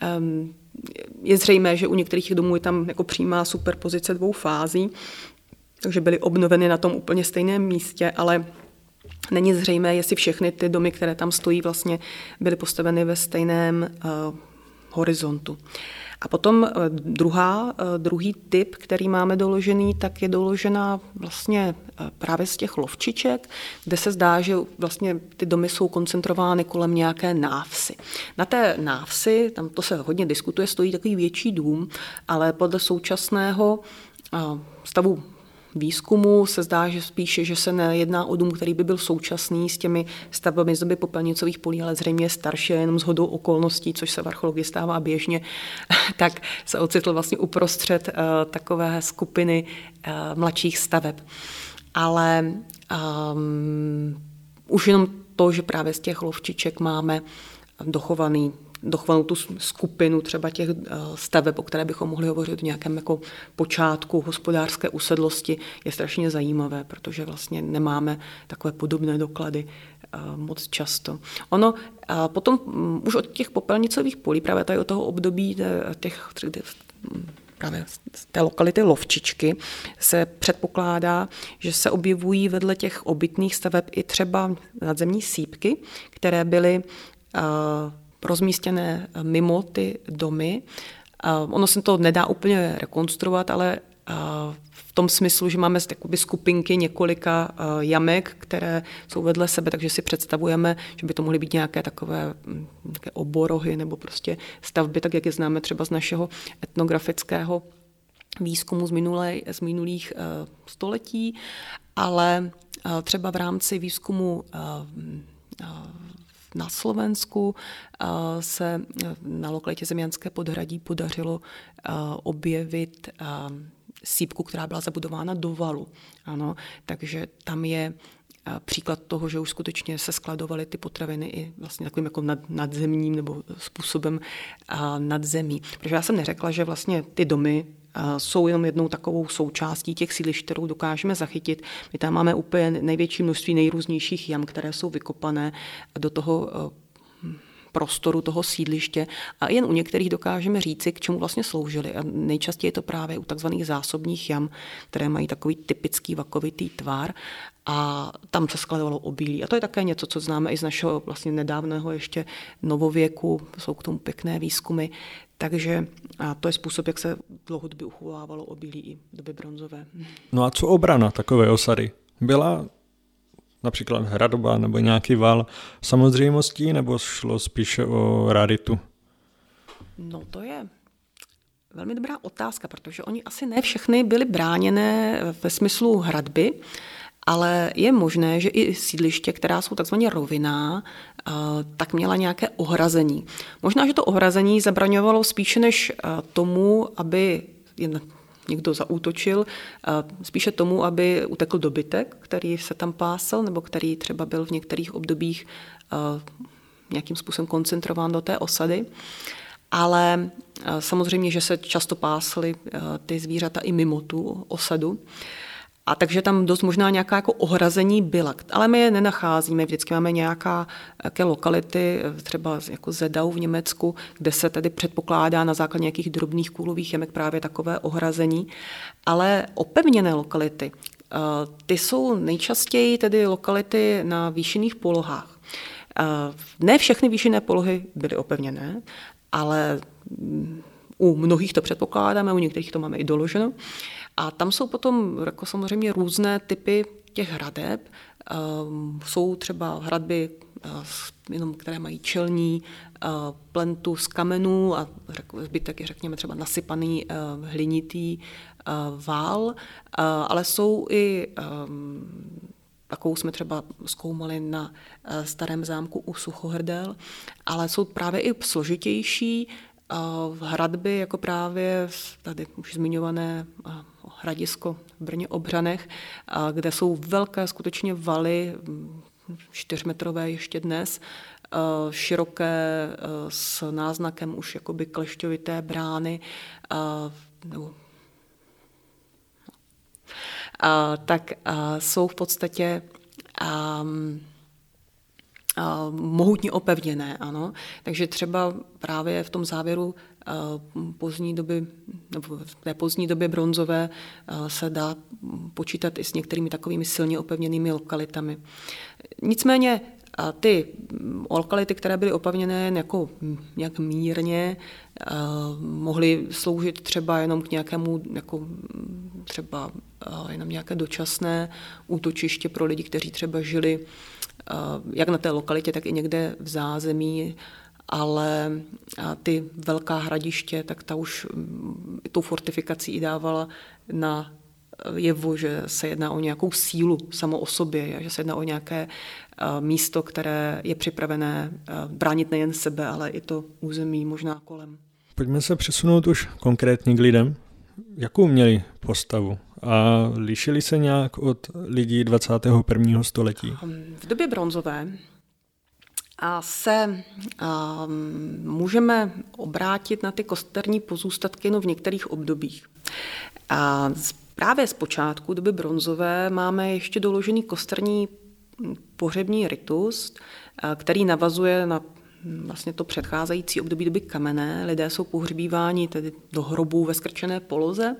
Je zřejmé, že u některých domů je tam jako přímá superpozice dvou fází, takže byly obnoveny na tom úplně stejném místě, ale není zřejmé, jestli všechny ty domy, které tam stojí, vlastně byly postaveny ve stejném uh, horizontu. A potom druhá, druhý typ, který máme doložený, tak je doložená vlastně právě z těch lovčiček, kde se zdá, že vlastně ty domy jsou koncentrovány kolem nějaké návsi. Na té návsi, tam to se hodně diskutuje, stojí takový větší dům, ale podle současného stavu výzkumu se zdá, že spíše, že se nejedná o dům, který by byl současný s těmi stavbami z doby popelnicových polí, ale zřejmě starší, jenom shodou okolností, což se v archeologii stává běžně, tak se ocitl vlastně uprostřed uh, takové skupiny uh, mladších staveb. Ale um, už jenom to, že právě z těch lovčiček máme dochovaný dochovanou tu skupinu třeba těch staveb, o které bychom mohli hovořit v nějakém jako počátku hospodářské usedlosti, je strašně zajímavé, protože vlastně nemáme takové podobné doklady moc často. Ono potom už od těch popelnicových polí, právě tady od toho období těch právě z té lokality Lovčičky se předpokládá, že se objevují vedle těch obytných staveb i třeba nadzemní sýpky, které byly rozmístěné mimo ty domy. Ono se to nedá úplně rekonstruovat, ale v tom smyslu, že máme jakoby skupinky několika jamek, které jsou vedle sebe, takže si představujeme, že by to mohly být nějaké takové nějaké oborohy nebo prostě stavby, tak jak je známe třeba z našeho etnografického výzkumu z, minulé, z minulých století, ale třeba v rámci výzkumu na Slovensku se na lokalitě Zemjanské podhradí podařilo objevit sýpku, která byla zabudována do valu. Ano, takže tam je příklad toho, že už skutečně se skladovaly ty potraviny i vlastně takovým jako nad, nadzemním nebo způsobem nadzemí. Protože já jsem neřekla, že vlastně ty domy jsou jenom jednou takovou součástí těch sídlišť, kterou dokážeme zachytit. My tam máme úplně největší množství nejrůznějších jam, které jsou vykopané do toho prostoru toho sídliště a jen u některých dokážeme říci, k čemu vlastně sloužily. A nejčastěji je to právě u takzvaných zásobních jam, které mají takový typický vakovitý tvar a tam se skladovalo obilí. A to je také něco, co známe i z našeho vlastně nedávného ještě novověku, jsou k tomu pěkné výzkumy. Takže a to je způsob, jak se dlouhodobě uchovávalo obilí i v době bronzové. No a co obrana takové osady? Byla například hradba nebo nějaký val samozřejmostí, nebo šlo spíše o raritu? No to je velmi dobrá otázka, protože oni asi ne všechny byly bráněné ve smyslu hradby, ale je možné, že i sídliště, která jsou takzvaně rovinná, tak měla nějaké ohrazení. Možná, že to ohrazení zabraňovalo spíše než tomu, aby jen někdo zaútočil, spíše tomu, aby utekl dobytek, který se tam pásl, nebo který třeba byl v některých obdobích nějakým způsobem koncentrován do té osady. Ale samozřejmě, že se často pásly ty zvířata i mimo tu osadu. A takže tam dost možná nějaká jako ohrazení byla. Ale my je nenacházíme. Vždycky máme nějaká, nějaké lokality, třeba jako Zedau v Německu, kde se tedy předpokládá na základě nějakých drobných kůlových jamek právě takové ohrazení. Ale opevněné lokality, ty jsou nejčastěji tedy lokality na výšinných polohách. Ne všechny výšinné polohy byly opevněné, ale u mnohých to předpokládáme, u některých to máme i doloženo. A tam jsou potom jako samozřejmě různé typy těch hradeb. Jsou třeba hradby, jenom které mají čelní plentu z kamenů a zbytek je, řekněme, třeba nasypaný hlinitý vál, ale jsou i, takovou jsme třeba zkoumali na Starém zámku u Suchohrdel, ale jsou právě i složitější hradby, jako právě tady už zmiňované hradisko v Brně Obřanech, kde jsou velké skutečně valy, čtyřmetrové ještě dnes, široké s náznakem už jakoby klešťovité brány, nebo tak jsou v podstatě Uh, mohutně opevněné, ano. Takže třeba právě v tom závěru uh, pozdní doby, nebo v té pozdní době bronzové uh, se dá počítat i s některými takovými silně opevněnými lokalitami. Nicméně uh, ty lokality, které byly opevněné jako nějak mírně, uh, mohly sloužit třeba jenom k nějakému, jako třeba uh, jenom nějaké dočasné útočiště pro lidi, kteří třeba žili jak na té lokalitě, tak i někde v zázemí, ale ty velká hradiště, tak ta už tou fortifikací i dávala na jevo, že se jedná o nějakou sílu samo o sobě, že se jedná o nějaké místo, které je připravené bránit nejen sebe, ale i to území možná kolem. Pojďme se přesunout už konkrétně k lidem. Jakou měli postavu? A lišili se nějak od lidí dvacátého prvního století? V době bronzové a se a, můžeme obrátit na ty kosterní pozůstatky no v některých obdobích. A právě z počátku doby bronzové máme ještě doložený kosterní pohřební ritus, který navazuje na vlastně to předcházející období doby kamenné. Lidé jsou pohřbíváni tedy do hrobů ve skrčené poloze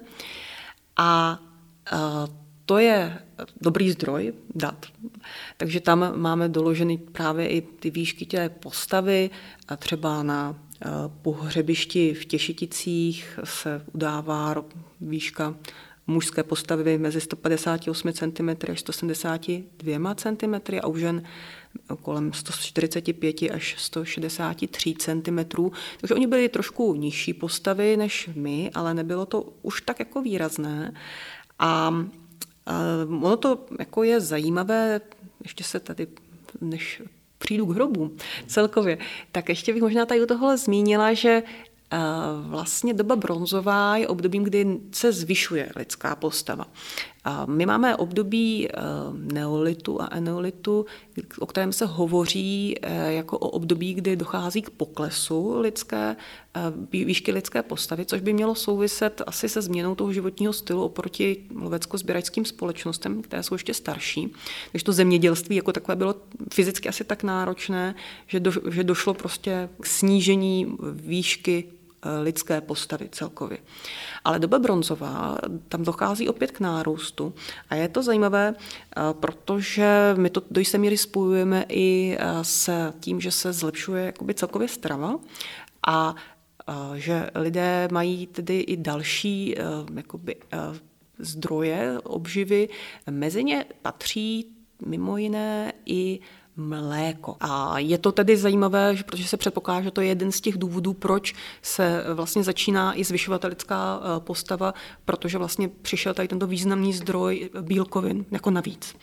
a to je dobrý zdroj dat. Takže tam máme doloženy právě i ty výšky té postavy a třeba na pohřebišti v Těšiticích se udává výška mužské postavy mezi sto padesát osm centimetrů až sto sedmdesát dva centimetrů a u žen kolem sto čtyřicet pět až sto šedesát tři centimetrů. Takže oni byli trošku nižší postavy než my, ale nebylo to už tak jako výrazné. A ono to jako je zajímavé, ještě se tady, než přijdu k hrobu celkově, tak ještě bych možná tady u tohohle zmínila, že vlastně doba bronzová je obdobím, kdy se zvyšuje lidská postava. A my máme období neolitu a eneolitu, o kterém se hovoří jako o období, kdy dochází k poklesu lidské, výšky lidské postavy, což by mělo souviset asi se změnou toho životního stylu oproti lovecko-sběračským společnostem, které jsou ještě starší. Takže to zemědělství jako takové bylo fyzicky asi tak náročné, že, do, že došlo prostě k snížení výšky lidské postavy celkově. Ale doba bronzová, tam dochází opět k nárůstu a je to zajímavé, protože my to do jisté míry spojujeme i s tím, že se zlepšuje jakoby celkově strava a že lidé mají tedy i další jakoby, zdroje obživy. Mezi ně patří mimo jiné i mléko. A je to tedy zajímavé, protože se předpokládá, že to je jeden z těch důvodů, proč se vlastně začíná i zvyšovat ta lidská postava, protože vlastně přišel tady tento významný zdroj bílkovin jako navíc.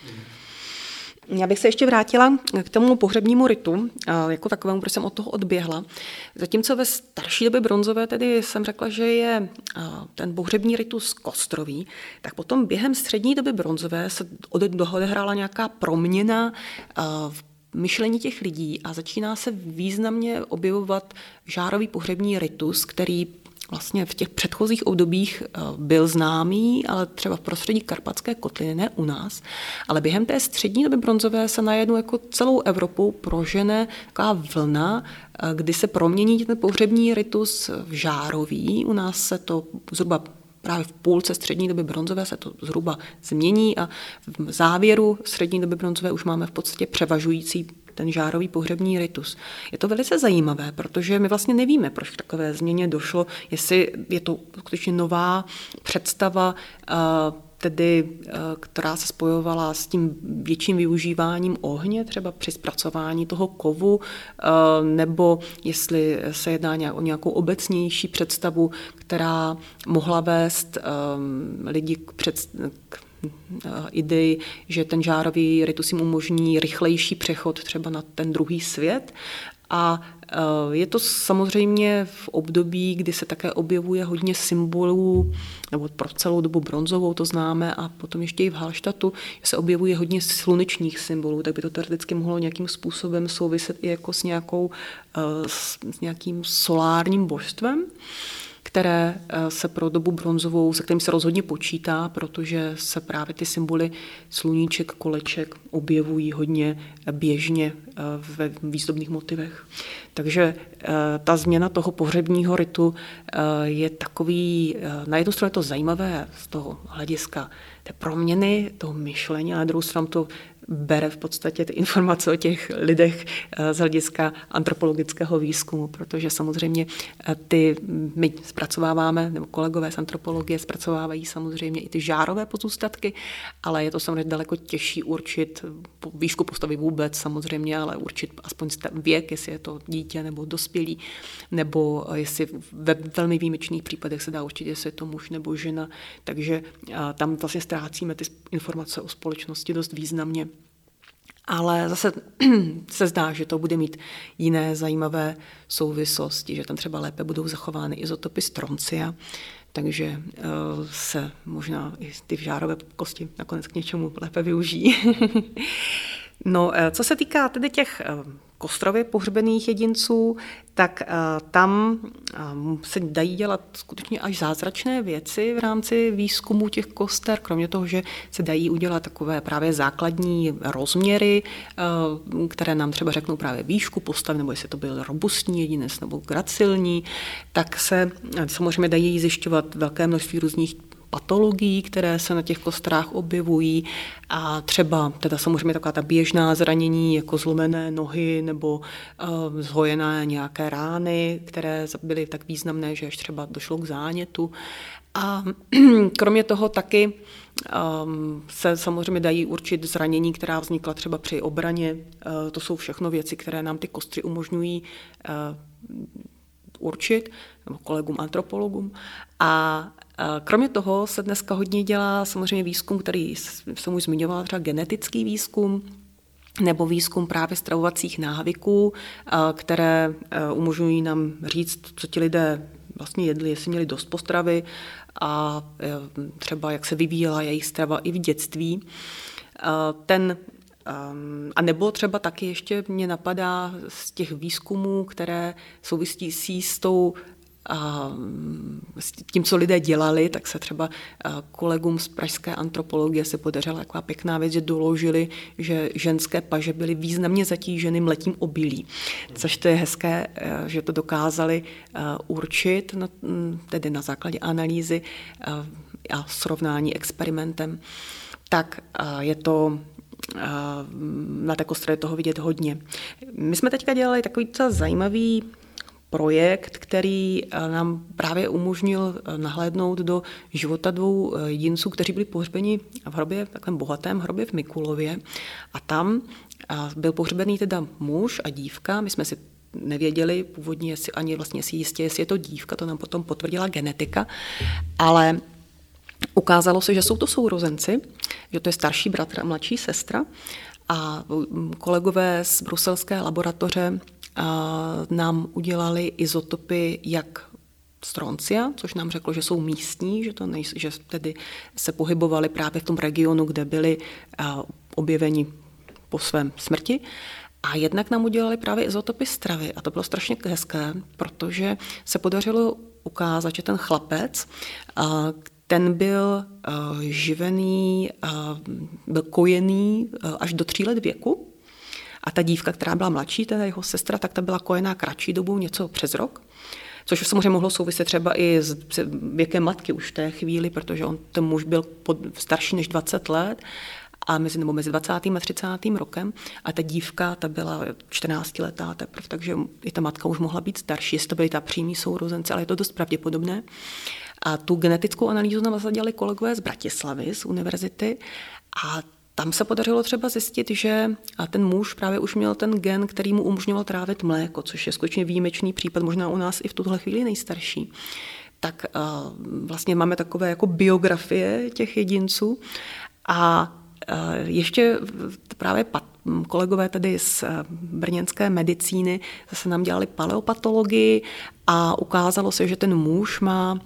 Já bych se ještě vrátila k tomu pohřebnímu ritu, jako takovému, protože jsem od toho odběhla. Zatímco ve starší době bronzové tedy jsem řekla, že je ten pohřební ritus kostrový, tak potom během střední doby bronzové se odehrála nějaká proměna v myšlení těch lidí a začíná se významně objevovat žárový pohřební ritus, který vlastně v těch předchozích obdobích byl známý, ale třeba v prostředí Karpatské kotliny, ne u nás, ale během té střední doby bronzové se najednou jako celou Evropou prožene taková vlna, kdy se promění ten pohřební ritus v žárový. U nás se to zhruba právě v půlce střední doby bronzové se to zhruba změní a v závěru střední doby bronzové už máme v podstatě převažující ten žárový pohřební ritus. Je to velice zajímavé, protože my vlastně nevíme, proč k takové změně došlo, jestli je to skutečně nová představa, tedy, která se spojovala s tím větším využíváním ohně, třeba při zpracování toho kovu, nebo jestli se jedná o nějakou obecnější představu, která mohla vést lidi k, před, k ideji, že ten žárový ritus jim umožní rychlejší přechod třeba na ten druhý svět. A je to samozřejmě v období, kdy se také objevuje hodně symbolů, nebo pro celou dobu bronzovou to známe, a potom ještě i v Hallstattu se objevuje hodně slunečních symbolů, tak by to teoreticky mohlo nějakým způsobem souviset i jako s, nějakou, s nějakým solárním božstvem, které se pro dobu bronzovou, se kterým se rozhodně počítá, protože se právě ty symboly sluníček, koleček objevují hodně běžně ve výzdobných motivech. Takže ta změna toho pohřebního ritu je takový, na jednu stranu je to zajímavé z toho hlediska té proměny, toho myšlení, a na druhou stranu to bere v podstatě ty informace o těch lidech z hlediska antropologického výzkumu, protože samozřejmě ty my zpracováváme, nebo kolegové z antropologie zpracovávají samozřejmě i ty žárové pozůstatky, ale je to samozřejmě daleko těžší určit výšku postavy vůbec samozřejmě, ale určit aspoň věk, jestli je to dítě nebo dospělý, nebo jestli ve velmi výjimečných případech se dá určit, jestli je to muž nebo žena, takže tam vlastně ztrácíme ty informace o společnosti dost významně. Ale zase se zdá, že to bude mít jiné zajímavé souvislosti, že tam třeba lépe budou zachovány izotopy stroncia, takže se možná i ty žárové kosti nakonec k něčemu lépe využijí. No, co se týká tedy těch kostrově pohřbených jedinců, tak tam se dají dělat skutečně až zázračné věci v rámci výzkumu těch koster, kromě toho, že se dají udělat takové právě základní rozměry, které nám třeba řeknou právě výšku postavy, nebo jestli to byl robustní jedinec nebo gracilní, tak se samozřejmě dají zjišťovat velké množství různých patologií, které se na těch kostrách objevují, a třeba teda samozřejmě taková ta běžná zranění jako zlomené nohy nebo uh, zhojené nějaké rány, které byly tak významné, že až třeba došlo k zánětu. A kromě toho taky um, se samozřejmě dají určit zranění, která vznikla třeba při obraně. Uh, to jsou všechno věci, které nám ty kostry umožňují uh, určit, nebo kolegům antropologům. A kromě toho se dneska hodně dělá samozřejmě výzkum, který jsem už zmiňovala, třeba genetický výzkum, nebo výzkum právě stravovacích návyků, které umožňují nám říct, co ti lidé vlastně jedli, jestli měli dost postravy a třeba jak se vyvíjela jejich strava i v dětství. Ten a nebo třeba taky ještě mě napadá z těch výzkumů, které souvisí s tou a s tím, co lidé dělali, tak se třeba kolegům z pražské antropologie se podařila taková pěkná věc, že doložili, že ženské paže byly významně zatíženy mletím obilí. Což to je hezké, že to dokázali určit, tedy na základě analýzy a srovnání experimentem. Tak je to na té kostře toho vidět hodně. My jsme teďka dělali takový docela zajímavý projekt, který nám právě umožnil nahlédnout do života dvou jedinců, kteří byli pohřbeni v hrobě, v takovém bohatém hrobě v Mikulově. A tam byl pohřbený teda muž a dívka. My jsme si nevěděli původně, jestli, ani vlastně si jistě, jestli je to dívka, to nám potom potvrdila genetika, ale ukázalo se, že jsou to sourozenci, že to je starší bratr a mladší sestra a kolegové z bruselské laboratoře nám udělali izotopy jak stroncia, což nám řeklo, že jsou místní, že, to nej, že tedy se pohybovali právě v tom regionu, kde byli objeveni po svém smrti. A jednak nám udělali právě izotopy stravy a to bylo strašně hezké, protože se podařilo ukázat, že ten chlapec, ten byl živený, byl kojený až do tří let věku. A ta dívka, která byla mladší, teda jeho sestra, tak ta byla kojená kratší dobu, něco přes rok. Což samozřejmě mohlo souviset třeba i s věkem matky už v té chvíli, protože on, ten muž byl pod, starší než dvacet let, a mezi, nebo mezi dvacátým a třicátým rokem. A ta dívka, ta byla čtrnáctiletá teprve, takže i ta matka už mohla být starší, jestli to byly ta přímý sourozenci, ale je to dost pravděpodobné. A tu genetickou analýzu nám zadělali kolegové z Bratislavy, z univerzity, a tam se podařilo třeba zjistit, že ten muž právě už měl ten gen, který mu umožňoval trávit mléko, což je skutečně výjimečný případ, možná u nás i v tuhle chvíli nejstarší. Tak vlastně máme takové jako biografie těch jedinců a ještě právě kolegové tady z brněnské medicíny zase nám dělali paleopatologii a ukázalo se, že ten muž má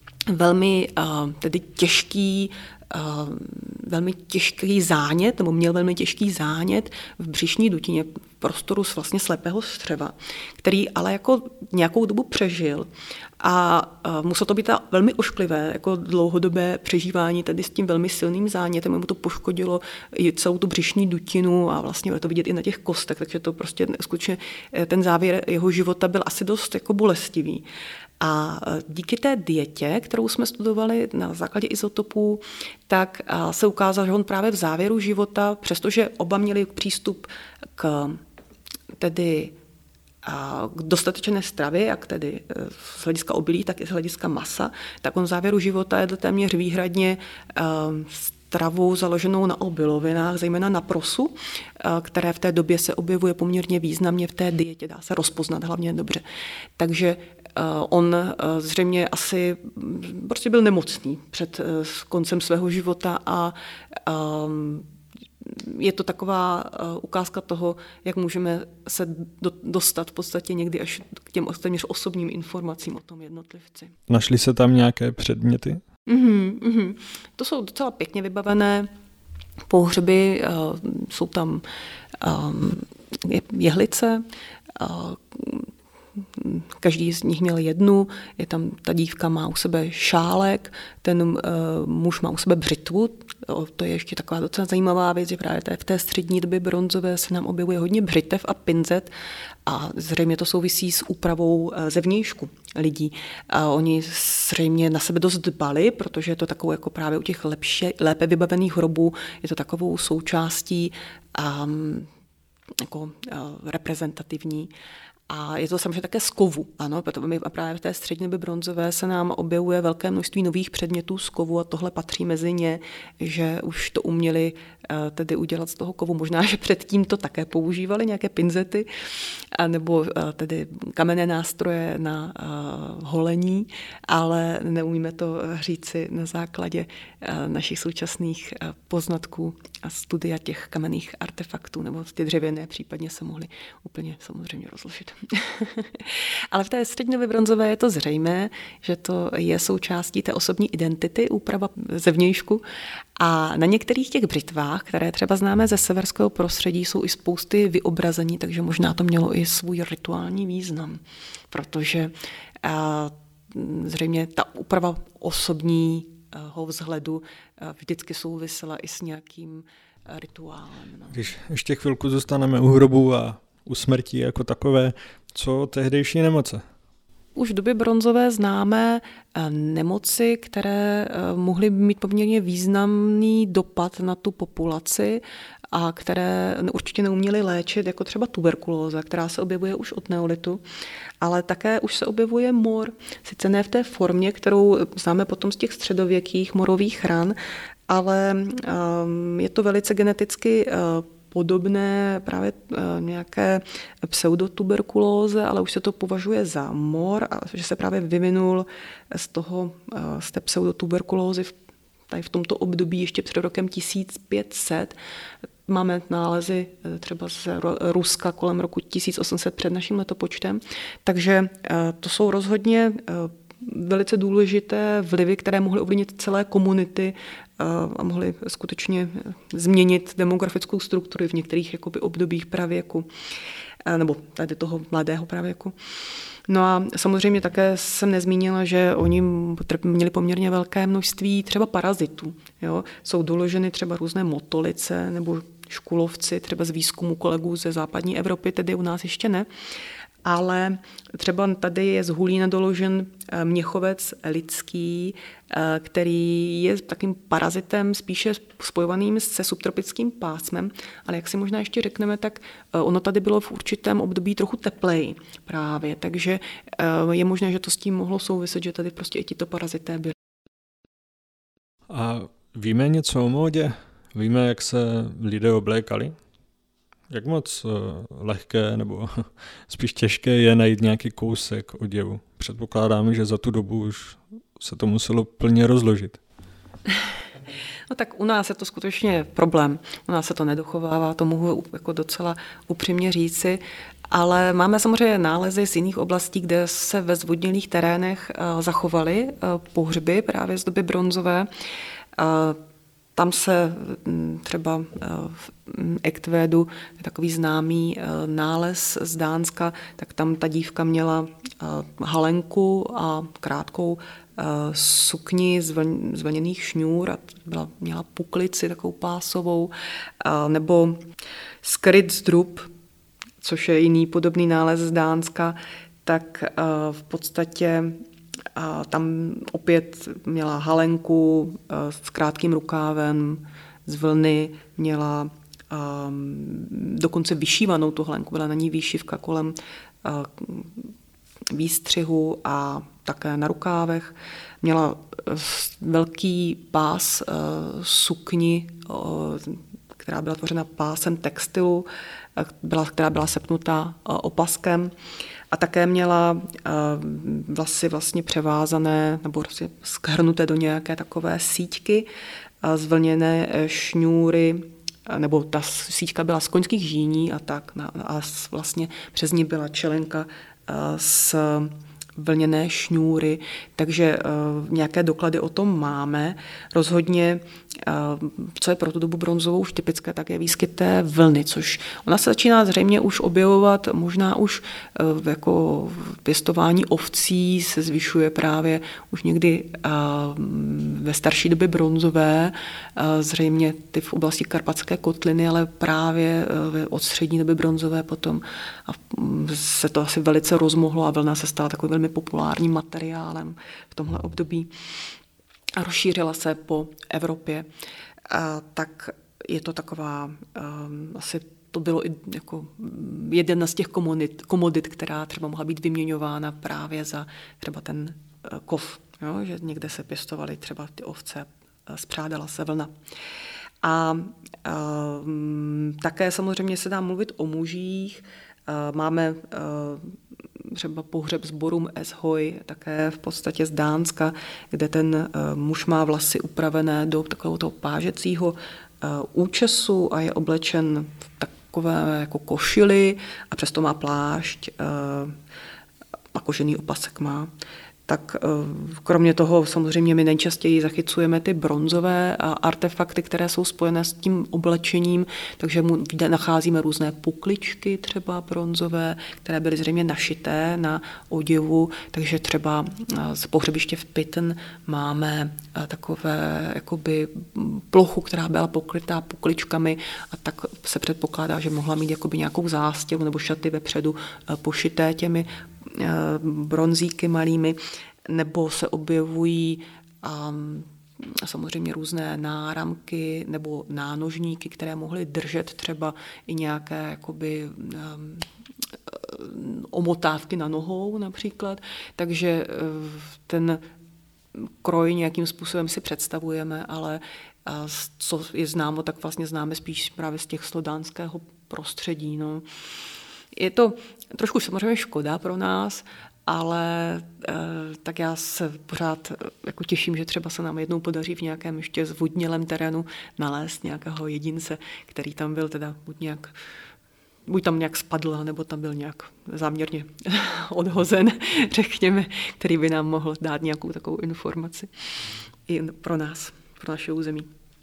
velmi tedy těžký Uh, velmi těžký zánět, nebo měl velmi těžký zánět v břišní dutině, v prostoru vlastně slepého střeva, který ale jako nějakou dobu přežil a uh, muselo to být velmi ošklivé, jako dlouhodobé přežívání tady s tím velmi silným zánětem, mu to poškodilo i celou tu břišní dutinu a vlastně je to vidět i na těch kostech, takže to prostě skutečně ten závěr jeho života byl asi dost jako bolestivý. A díky té dietě, kterou jsme studovali na základě izotopů, tak se ukázalo, že on právě v závěru života, přestože oba měli přístup k, tedy, k dostatečné stravě, jak tedy z hlediska obilí, tak i z hlediska masa, tak on v závěru života jedl téměř výhradně stravu založenou na obilovinách, zejména na prosu, které v té době se objevuje poměrně významně v té dietě, dá se rozpoznat hlavně dobře. Takže on zřejmě asi prostě byl nemocný před koncem svého života a je to taková ukázka toho, jak můžeme se dostat v podstatě někdy až k těm téměř osobním informacím o tom jednotlivci. Našly se tam nějaké předměty? Mm-hmm, mm-hmm. To jsou docela pěkně vybavené pohřby, uh, jsou tam um, jehlice, uh, každý z nich měl jednu, je tam, ta dívka má u sebe šálek, ten uh, muž má u sebe břitvu, to je ještě taková docela zajímavá věc, že právě v té střední době bronzové se nám objevuje hodně břitev a pinzet a zřejmě to souvisí s úpravou zevnějšku lidí. A oni zřejmě na sebe dost dbali, protože je to takovou jako právě u těch lepší, lépe vybavených hrobů, je to takovou součástí um, jako uh, reprezentativní. A je to samozřejmě také z kovu, ano, protože my právě v té střední době bronzové se nám objevuje velké množství nových předmětů z kovu a tohle patří mezi ně, že už to uměli tedy udělat z toho kovu. Možná, že předtím to také používali, nějaké pinzety, nebo tedy kamenné nástroje na holení, ale neumíme to říci na základě našich současných poznatků a studia těch kamenných artefaktů, nebo ty dřevěné případně se mohly úplně samozřejmě rozložit. Ale v té střednědobě bronzové je to zřejmé, že to je součástí té osobní identity, úprava zevnějšku. A na některých těch břitvách, které třeba známe ze severského prostředí, jsou i spousty vyobrazení, takže možná to mělo i svůj rituální význam, protože a, zřejmě ta úprava osobního vzhledu vždycky souvisela i s nějakým rituálem. No. Když ještě chvilku zůstaneme u hrobu a u smrti jako takové, co tehdejší nemoce? Už v době bronzové známe nemoci, které mohly mít poměrně významný dopad na tu populaci a které určitě neuměly léčit, jako třeba tuberkulóza, která se objevuje už od neolitu, ale také už se objevuje mor. Sice ne v té formě, kterou známe potom z těch středověkých morových ran, ale je to velice geneticky podobné právě nějaké pseudotuberkulóze, ale už se to považuje za mor a že se právě vyvinul z toho, z té pseudotuberkulózy tady v tomto období ještě před rokem tisíc pět set. Máme nálezy třeba z Ruska kolem roku tisíc osm set před naším letopočtem. Takže to jsou rozhodně velice důležité vlivy, které mohly ovlivnit celé komunity a mohly skutečně změnit demografickou strukturu v některých jakoby, obdobích pravěku, nebo tady toho mladého pravěku. No a samozřejmě také jsem nezmínila, že oni měli poměrně velké množství třeba parazitů. Jo? Jsou doloženy třeba různé motolice nebo škulovci, třeba z výzkumu kolegů ze západní Evropy, tedy u nás ještě ne. Ale třeba tady je z Hulína doložen měchovec lidský, který je takým parazitem spíše spojovaným se subtropickým pásmem, ale jak si možná ještě řekneme, tak ono tady bylo v určitém období trochu teplej právě, takže je možné, že to s tím mohlo souviset, že tady prostě i tito parazité byly. A víme něco o módě? Víme, jak se lidé oblékali? Jak moc lehké nebo spíš těžké je najít nějaký kousek oděvu? Předpokládám, že za tu dobu už se to muselo plně rozložit. No tak u nás je to skutečně problém. U nás se to nedochovává, to mohu jako docela upřímně říci, ale máme samozřejmě nálezy z jiných oblastí, kde se ve zvodnělých terénech zachovaly pohřby právě z doby bronzové. Tam se třeba v Ektvédu, takový známý nález z Dánska, tak tam ta dívka měla halenku a krátkou sukni z vlněných šňůr a byla, měla puklici takovou pásovou, nebo skrytzdrup, což je jiný podobný nález z Dánska, tak v podstatě a tam opět měla halenku s krátkým rukávem z vlny, měla um, dokonce vyšívanou tu halenku, byla na ní výšivka kolem uh, výstřihu a také na rukávech. Měla uh, velký pás uh, sukni, uh, která byla tvořena pásem textilu, uh, byla, která byla sepnutá uh, opaskem. A také měla vlasy vlastně převázané nebo prostě shrnuté do nějaké takové síťky, zvlněné šňůry, nebo ta síťka byla z koňských žíní a tak. A vlastně přes ní byla čelenka s vlněné šňůry, takže uh, nějaké doklady o tom máme. Rozhodně, uh, co je pro tu dobu bronzovou už typické, tak je výskyt té vlny, což ona se začíná zřejmě už objevovat, možná už uh, jako pěstování ovcí se zvyšuje právě už někdy uh, ve starší době bronzové, uh, zřejmě ty v oblasti Karpatské kotliny, ale právě uh, od střední doby bronzové potom a se to asi velice rozmohlo a vlna se stala takovým velmi populárním materiálem v tomhle období a rozšířila se po Evropě. A tak je to taková, um, asi to bylo i jako jedna z těch komodit, komodit, která třeba mohla být vyměňována právě za třeba ten uh, kov, jo? Že někde se pěstovaly třeba ty ovce, uh, spřádala se vlna. A um, také samozřejmě se dá mluvit o mužích. Uh, máme uh, třeba pohřeb s Borum Eshoj, také v podstatě z Dánska, kde ten uh, muž má vlasy upravené do takového toho pážecího uh, účesu a je oblečen v takové jako košily a přesto má plášť a kožený opasek má. Tak kromě toho samozřejmě my nejčastěji zachycujeme ty bronzové artefakty, které jsou spojené s tím oblečením, takže mu nacházíme různé pukličky třeba bronzové, které byly zřejmě našité na oděvu, takže třeba z pohřebiště v Pytn máme takové jakoby plochu, která byla pokrytá pukličkami a tak se předpokládá, že mohla mít jakoby nějakou zástěru nebo šaty vepředu pošité těmi bronzíky malými, nebo se objevují um, samozřejmě různé náramky nebo nánožníky, které mohly držet třeba i nějaké jakoby, um, omotávky na nohou například. Takže uh, ten kroj nějakým způsobem si představujeme, ale uh, co je známo, tak vlastně známe spíš právě z těch slodánského prostředí. No. Je to trošku samozřejmě škoda pro nás, ale e, tak já se pořád jako těším, že třeba se nám jednou podaří v nějakém ještě zvodnělém terénu nalézt nějakého jedince, který tam byl teda buď nějak buď tam nějak spadl, nebo tam byl nějak záměrně odhozen, řekněme, který by nám mohl dát nějakou takovou informaci i pro nás, pro naše území.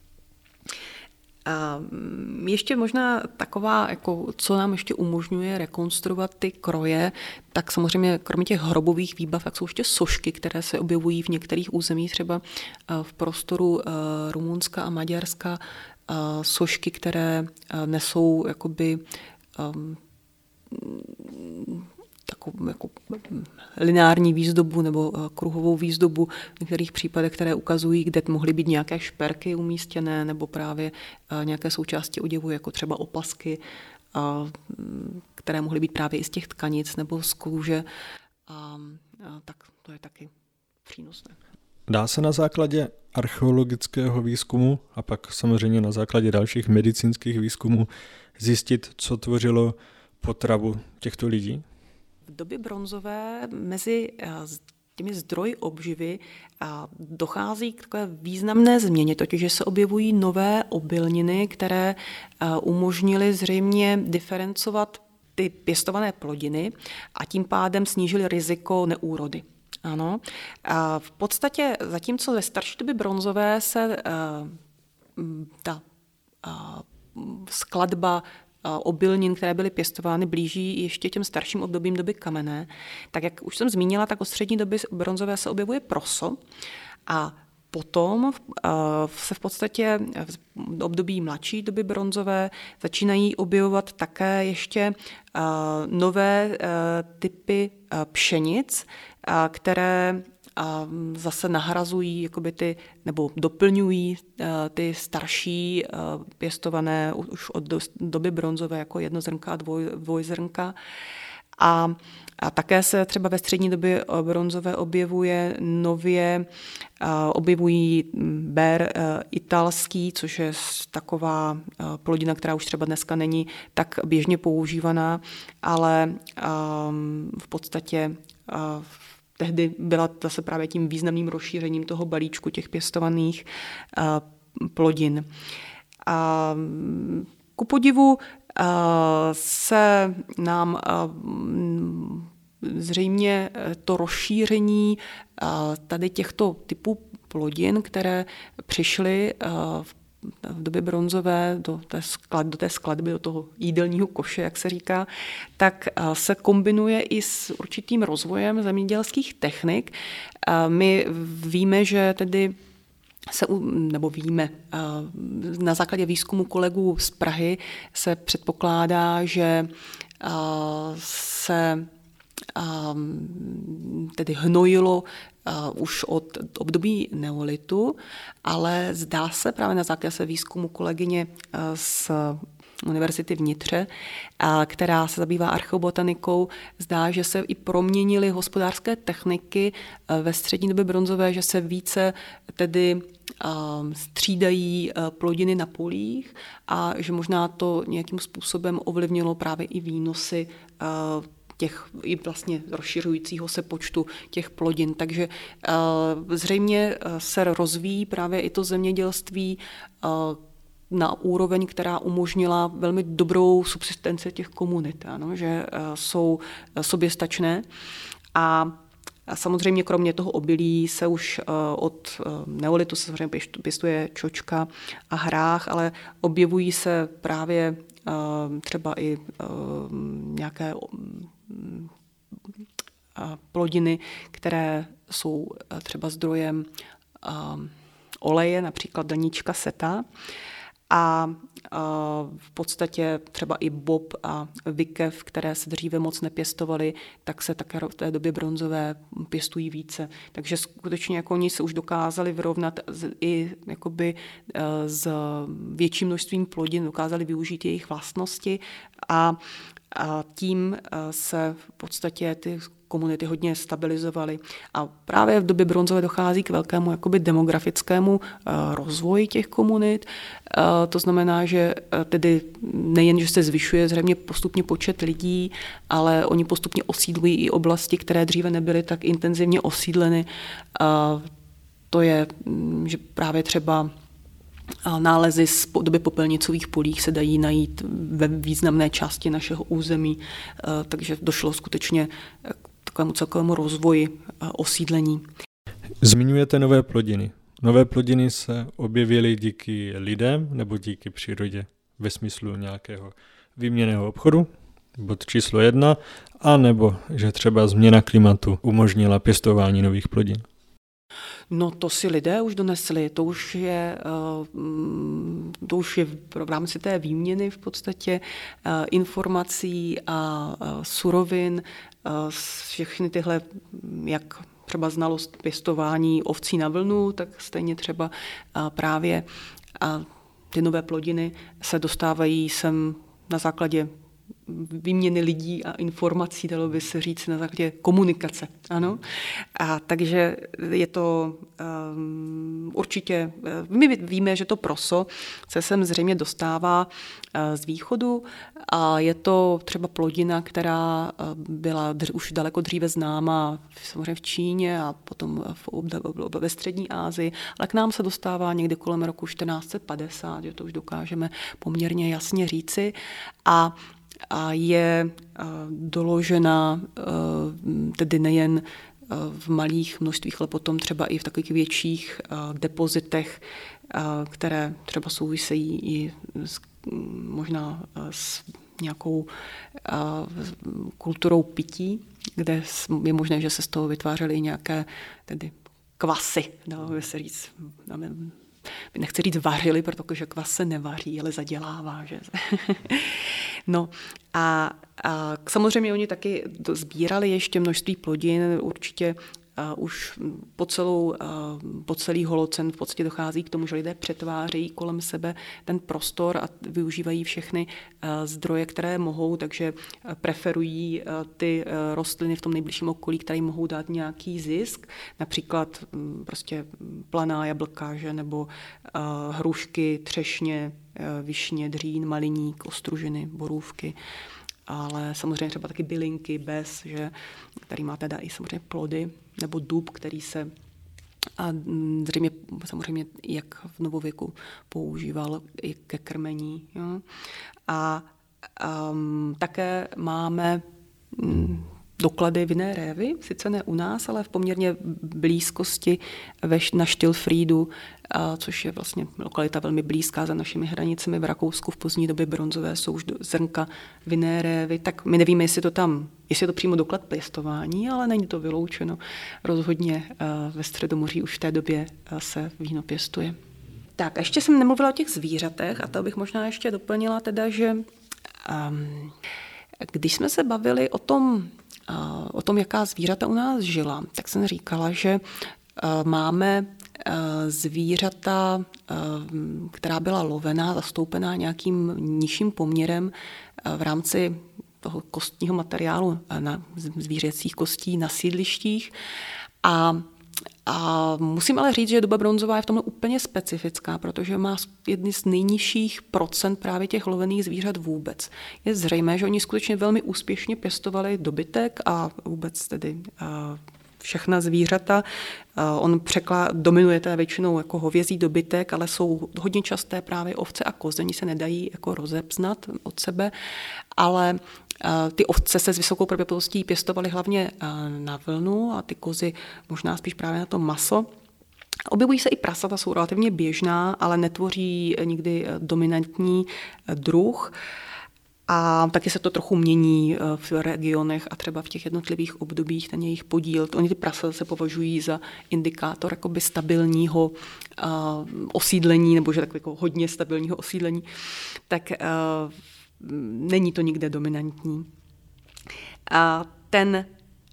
A ještě možná taková, jako, co nám ještě umožňuje rekonstruovat ty kroje, tak samozřejmě kromě těch hrobových výbav, tak jsou ještě sošky, které se objevují v některých územích, třeba v prostoru Rumunska a Maďarska, sošky, které nesou jakoby um, takovou jako lineární výzdobu nebo kruhovou výzdobu v některých případech, které ukazují, kde mohly být nějaké šperky umístěné nebo právě nějaké součásti oděvu, jako třeba opasky, které mohly být právě i z těch tkanic nebo z kůže. A, a tak to je taky přínosné. Dá se na základě archeologického výzkumu a pak samozřejmě na základě dalších medicínských výzkumů zjistit, co tvořilo potravu těchto lidí? V době bronzové mezi těmi zdroji obživy dochází k takové významné změně, totiž že se objevují nové obilniny, které umožnily zřejmě diferencovat ty pěstované plodiny a tím pádem snížily riziko neúrody. Ano. A v podstatě zatímco ve starší době bronzové se ta skladba obilnin, které byly pěstovány, blíží ještě těm starším obdobím doby kamenné. Tak jak už jsem zmínila, tak od střední doby bronzové se objevuje proso a potom se v podstatě v období mladší doby bronzové začínají objevovat také ještě nové typy pšenic, které a zase nahrazují jakoby ty, nebo doplňují ty starší pěstované už od doby bronzové jako jednozrnka a dvoj, dvojzrnka. A, a také se třeba ve střední době bronzové objevuje nově, objevují bér italský, což je taková plodina, která už třeba dneska není tak běžně používaná, ale v podstatě tehdy byla zase právě tím významným rozšířením toho balíčku těch pěstovaných uh, plodin. A ku podivu uh, se nám uh, zřejmě to rozšíření uh, tady těchto typů plodin, které přišly uh, v v době bronzové do té, sklad, do té skladby, do toho jídelního koše, jak se říká, tak se kombinuje i s určitým rozvojem zemědělských technik. My víme, že tedy se, nebo víme, na základě výzkumu kolegů z Prahy se předpokládá, že se tedy hnojilo Uh, už od období neolitu, ale zdá se právě na základě výzkumu kolegyně uh, z Univerzity v Nitře, uh, která se zabývá archeobotanikou, zdá, že se i proměnily hospodářské techniky uh, ve střední době bronzové, že se více tedy uh, střídají uh, plodiny na polích a že možná to nějakým způsobem ovlivnilo právě i výnosy uh, těch i vlastně rozšiřujícího se počtu těch plodin. Takže uh, zřejmě se rozvíjí právě i to zemědělství uh, na úroveň, která umožnila velmi dobrou subsistenci těch komunit, ano, že jsou soběstačné. A A samozřejmě kromě toho obilí se už od neolitu se samozřejmě pěstuje čočka a hrách, ale objevují se právě třeba i nějaké plodiny, které jsou třeba zdrojem oleje, například daníčka seta. A v podstatě třeba i bob a vykev, které se dříve moc nepěstovaly, tak se také v té době bronzové pěstují více. Takže skutečně jako oni se už dokázali vyrovnat i jakoby s větším množstvím plodin, dokázali využít jejich vlastnosti a a tím se v podstatě ty komunity hodně stabilizovaly. A právě v době bronzové dochází k velkému jakoby demografickému rozvoji těch komunit. To znamená, že tedy nejen, že se zvyšuje zřejmě postupně počet lidí, ale oni postupně osídlují i oblasti, které dříve nebyly tak intenzivně osídleny. To je, že právě třeba nálezy z doby popelnicových polích se dají najít ve významné části našeho území, takže došlo skutečně k takovému celkovému rozvoji osídlení. Zmiňujete nové plodiny. Nové plodiny se objevily díky lidem nebo díky přírodě ve smyslu nějakého výměnného obchodu? Bod číslo jedna. A nebo že třeba změna klimatu umožnila pěstování nových plodin? No to si lidé už donesli, to už je, to už je v rámci té výměny v podstatě informací a surovin, všechny tyhle, jak třeba znalost pěstování ovcí na vlnu, tak stejně třeba právě ty nové plodiny se dostávají sem na základě výměny lidí a informací, dalo by se říct, na základě komunikace. Ano. A takže je to um, určitě, my víme, že to proso se sem zřejmě dostává uh, z východu a je to třeba plodina, která byla dř, už daleko dříve známa samozřejmě v Číně a potom v, ve střední Asii, ale k nám se dostává někdy kolem roku čtrnáct set padesát, že to už dokážeme poměrně jasně říci. A a je doložena tedy nejen v malých množstvích, ale potom třeba i v takových větších depozitech, které třeba souvisejí i s, možná s nějakou kulturou pití, kde je možné, že se z toho vytvářely nějaké tedy kvasy, dalo by se říct. Nechci říct vařili, protože kvas se nevaří, ale zadělává. Že? No a, a samozřejmě oni taky sbírali ještě množství plodin, určitě a už po, celou, po celý holocen v podstatě dochází k tomu, že lidé přetvářejí kolem sebe ten prostor a využívají všechny zdroje, které mohou, takže preferují ty rostliny v tom nejbližším okolí, které jim mohou dát nějaký zisk, například prostě planá jablka, že, nebo hrušky, třešně, višně, dřín, maliník, ostružiny, borůvky. Ale samozřejmě třeba taky bylinky, bez, že, který má teda i samozřejmě plody, nebo dub, který se a zřejmě samozřejmě jak v novověku používal i ke krmení. Jo. A um, také máme um, doklady vinné révy, sice ne u nás, ale v poměrně blízkosti na Štilfrídu, což je vlastně lokalita velmi blízká za našimi hranicemi v Rakousku. V pozdní době bronzové jsou už zrnka vinné révy, tak my nevíme, jestli to tam, jestli je to přímo doklad pěstování, ale není to vyloučeno. Rozhodně ve Středomoří už v té době se víno pěstuje. Tak a ještě jsem nemluvila o těch zvířatech a to bych možná ještě doplnila teda, že um, když jsme se bavili o tom, o tom, jaká zvířata u nás žila, tak jsem říkala, že máme zvířata, která byla lovená, zastoupená nějakým nižším poměrem v rámci toho kostního materiálu na zvířecích kostí na sídlištích. A A musím ale říct, že doba bronzová je v tomhle úplně specifická, protože má jedny z nejnižších procent právě těch lovených zvířat vůbec. Je zřejmé, že oni skutečně velmi úspěšně pěstovali dobytek a vůbec tedy všechna zvířata. On překlá, dominuje teda většinou jako hovězí dobytek, ale jsou hodně časté právě ovce a kozy, oni se nedají jako rozepznat od sebe, ale ty ovce se s vysokou pravděpodobností pěstovaly hlavně na vlnu a ty kozy možná spíš právě na to maso. Objevují se i prasata, jsou relativně běžná, ale netvoří nikdy dominantní druh. A taky se to trochu mění v regionech a třeba v těch jednotlivých obdobích ten jejich podíl. Oni ty prasata se považují za indikátor jakoby stabilního uh, osídlení, nebo že tak jako hodně stabilního osídlení, tak uh, není to nikde dominantní. A ten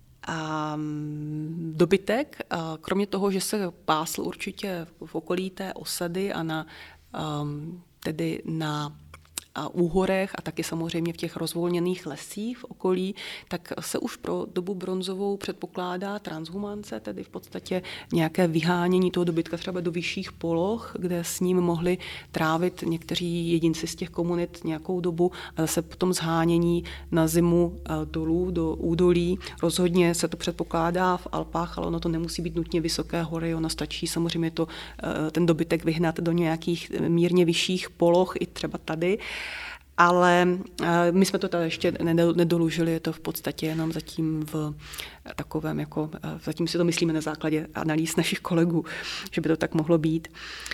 um, dobytek, uh, kromě toho, že se pásl určitě v okolí té osady a na, um, tedy na a úhorech a taky samozřejmě v těch rozvolněných lesích v okolí, tak se už pro dobu bronzovou předpokládá transhumance, tedy v podstatě nějaké vyhánění toho dobytka třeba do vyšších poloh, kde s ním mohli trávit někteří jedinci z těch komunit nějakou dobu a zase potom zhánění na zimu dolů do údolí. Rozhodně se to předpokládá v Alpách, ale ono to nemusí být nutně vysoké hory, ono stačí samozřejmě to, ten dobytek vyhnat do nějakých mírně vyšších poloh i třeba tady. Ale my jsme to tady ještě nedolužili, je to v podstatě jenom zatím v takovém, jako, zatím si to myslíme na základě analýz našich kolegů, že by to tak mohlo být.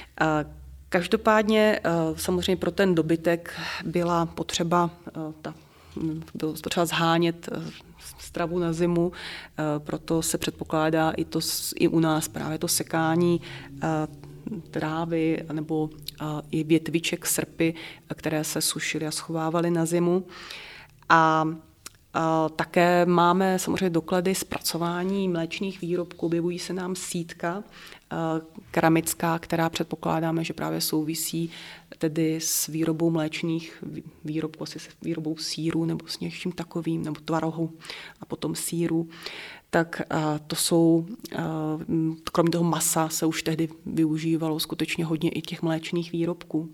Každopádně samozřejmě pro ten dobytek byla potřeba, ta, bylo potřeba zhánět stravu na zimu, proto se předpokládá i, to, i u nás právě to sekání trávy nebo uh, i větviček srpy, které se sušily a schovávaly na zimu. A uh, také máme samozřejmě doklady zpracování mléčných výrobků. Objevují se nám sítka uh, keramická, která předpokládáme, že právě souvisí tedy s výrobou mléčných výrobků, asi s výrobou sýru nebo s něčím takovým, nebo tvarohu a potom sýru. Tak to jsou, kromě toho masa se už tehdy využívalo skutečně hodně i těch mléčných výrobků.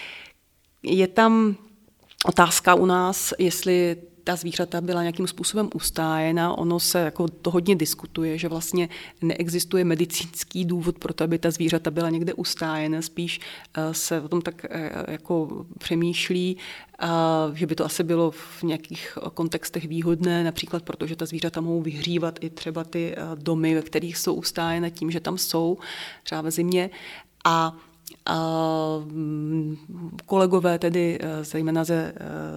Je tam otázka u nás, jestli ta zvířata byla nějakým způsobem ustájena. Ono se jako to hodně diskutuje, že vlastně neexistuje medicínský důvod pro to, aby ta zvířata byla někde ustájena. Spíš se o tom tak jako přemýšlí, že by to asi bylo v nějakých kontextech výhodné, například protože ta zvířata mohou vyhřívat i třeba ty domy, ve kterých jsou ustájena tím, že tam jsou, třeba ve zimě. A A kolegové tedy zejména ze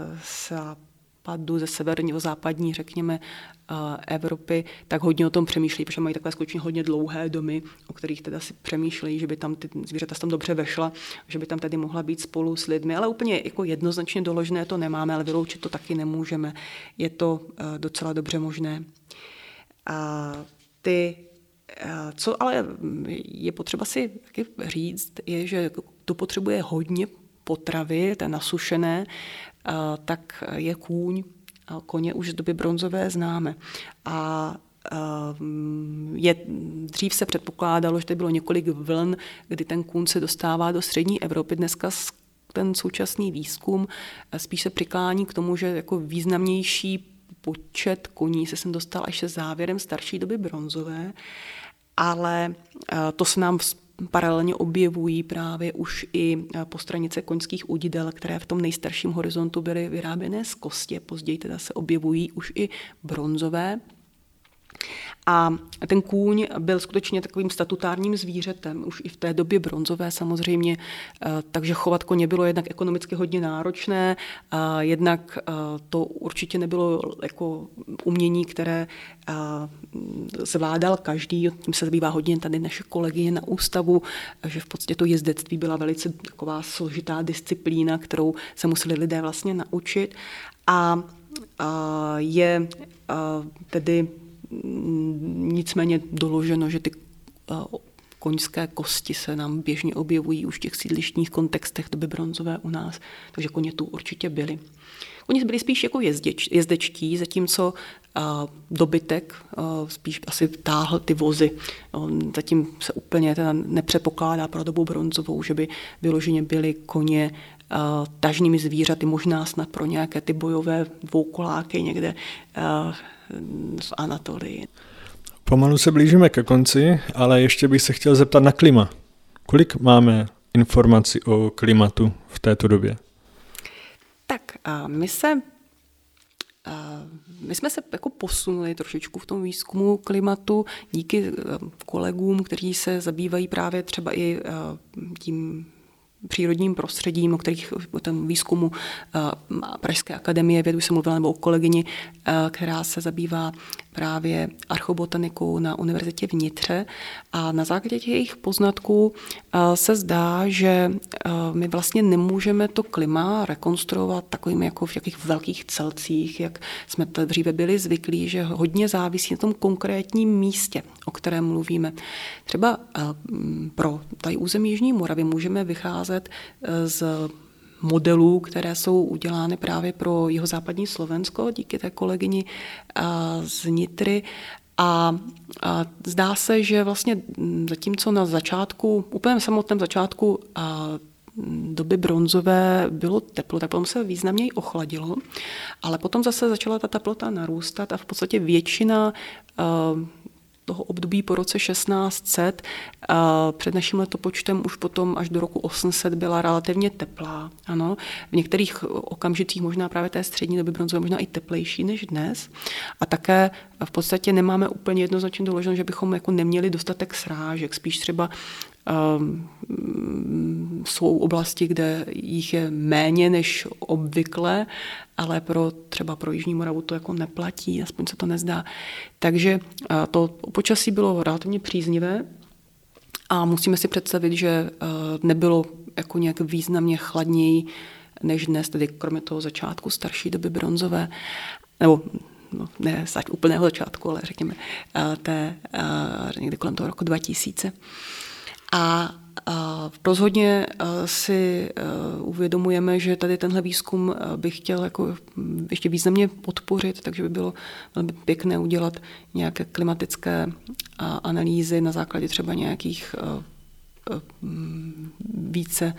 západu, ze severního západní, řekněme, Evropy, tak hodně o tom přemýšlí, protože mají takové skutečně hodně dlouhé domy, o kterých teda si přemýšlejí, že by tam ty zvířata tam dobře vešla, že by tam tedy mohla být spolu s lidmi, ale úplně jako jednoznačně doložené to nemáme, ale vyloučit to taky nemůžeme. Je to docela dobře možné. A ty Co ale je potřeba si taky říct, je, že to potřebuje hodně potravy, té nasušené, tak je kůň. Koně už z doby bronzové známe. A je, dřív se předpokládalo, že to bylo několik vln, kdy ten kůň se dostává do střední Evropy. Dneska ten současný výzkum spíš se přiklání k tomu, že jako významnější počet koní se sem dostal až se závěrem starší doby bronzové, ale to se nám paralelně objevují právě už i postranice koňských udidel, které v tom nejstarším horizontu byly vyráběné z kosti, později teda se objevují už i bronzové. A ten kůň byl skutečně takovým statutárním zvířetem, už i v té době bronzové samozřejmě, takže chovat koně bylo jednak ekonomicky hodně náročné, a jednak to určitě nebylo jako umění, které zvládal každý, tím se zabývá hodně tady naše kolegyně na ústavu, že v podstatě to jezdectví byla velice taková složitá disciplína, kterou se museli lidé vlastně naučit a je tedy nicméně doloženo, že ty koňské kosti se nám běžně objevují už v těch sídlištních kontextech doby bronzové u nás, takže koně tu určitě byli. Oni byli spíš jako jezdeč, jezdečtí, zatímco uh, dobytek uh, spíš asi táhl ty vozy. On zatím se úplně teda nepředpokládá pro dobu bronzovou, že by vyloženě byly koně uh, tažnými zvířaty, možná snad pro nějaké ty bojové dvoukoláky někde uh, v Anatolii. Pomalu se blížíme ke konci, ale ještě bych se chtěl zeptat na klima. Kolik máme informací o klimatu v této době? Tak a my se My jsme se jako posunuli trošičku v tom výzkumu klimatu díky kolegům, kteří se zabývají právě třeba i tím přírodním prostředím, o kterých o tom výzkumu Pražské akademie věd už jsem mluvila, nebo o kolegyni, která se zabývá právě archobotanikou na univerzitě v Nitře. A na základě těch jejich poznatků se zdá, že my vlastně nemůžeme to klima rekonstruovat takovým jako v jakých velkých celcích, jak jsme to dříve byli zvyklí, že hodně závisí na tom konkrétním místě, o kterém mluvíme. Třeba pro tady území Jižní Moravy můžeme vycházet z modelů, které jsou udělány právě pro jihozápadní Slovensko díky té kolegyni z Nitry. A, a zdá se, že vlastně zatímco na začátku, úplně samotném začátku a doby bronzové bylo teplo, tak potom se významněji ochladilo, ale potom zase začala ta teplota narůstat a v podstatě většina toho období po roce šestnáct set před naším letopočtem už potom až do roku osm set byla relativně teplá. Ano. V některých okamžicích možná právě té střední doby bronzové možná i teplejší než dnes. A také v podstatě nemáme úplně jednoznačně doloženo, že bychom jako neměli dostatek srážek. Spíš třeba Um, jsou oblasti, kde jich je méně než obvykle, ale pro, třeba pro Jižní Moravu to jako neplatí, aspoň se to nezdá. Takže uh, to počasí bylo relativně příznivé a musíme si představit, že uh, nebylo jako nějak významně chladněji než dnes, tedy kromě toho začátku starší doby bronzové, nebo no, ne z úplného začátku, ale řekněme uh, té, uh, někdy kolem toho roku dva tisíce. A, a rozhodně si uvědomujeme, že tady tenhle výzkum bych chtěl jako ještě významně podpořit, takže by bylo velmi pěkné udělat nějaké klimatické analýzy na základě třeba nějakých více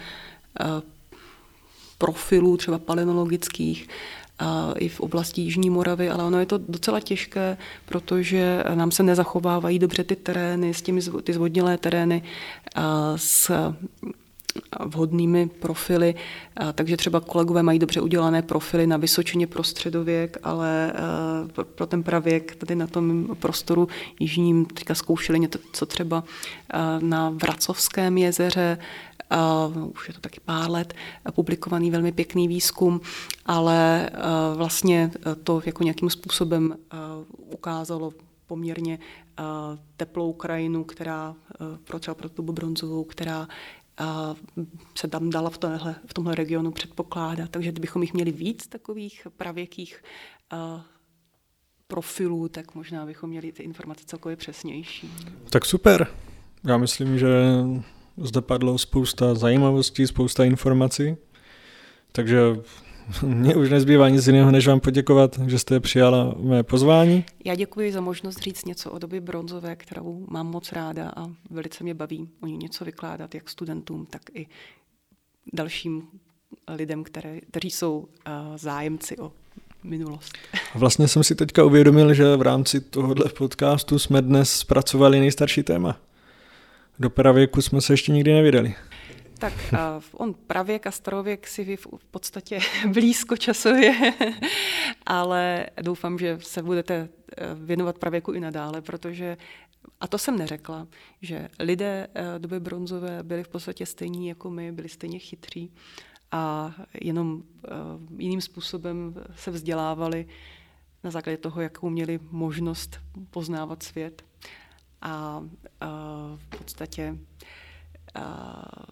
profilů, třeba paleontologických, i v oblasti Jižní Moravy, ale ono je to docela těžké, protože nám se nezachovávají dobře ty terény, s těmi ty zvodnělé terény s vhodnými profily, takže třeba kolegové mají dobře udělané profily na Vysočině pro středověk, ale pro ten pravěk tady na tom prostoru jižním teďka zkoušeli něco co třeba na Vracovském jezeře, Uh, už je to taky pár let, publikovaný velmi pěkný výzkum, ale uh, vlastně to jako nějakým způsobem uh, ukázalo poměrně uh, teplou krajinu, která uh, pro třeba pro dobu bronzovou, která uh, se tam dala v, tohle, v tomhle regionu předpokládat. Takže kdybychom jich měli víc takových pravěkých uh, profilů, tak možná bychom měli ty informace celkově přesnější. Tak super. Já myslím, že zde padlo spousta zajímavostí, spousta informací, takže mně už nezbývá nic jiného, než vám poděkovat, že jste přijala mé pozvání. Já děkuji za možnost říct něco o době bronzové, kterou mám moc ráda a velice mě baví o ní něco vykládat, jak studentům, tak i dalším lidem, které, kteří jsou uh, zájemci o minulost. Vlastně jsem si teďka uvědomil, že v rámci tohohle podcastu jsme dnes zpracovali nejstarší téma. Do pravěku jsme se ještě nikdy nevydali. Tak uh, on pravěk a starověk si v podstatě blízko časově, ale doufám, že se budete věnovat pravěku i nadále, protože, a to jsem neřekla, že lidé uh, doby bronzové byli v podstatě stejní jako my, byli stejně chytří a jenom uh, jiným způsobem se vzdělávali na základě toho, jakou měli možnost poznávat svět. A uh, v podstatě uh,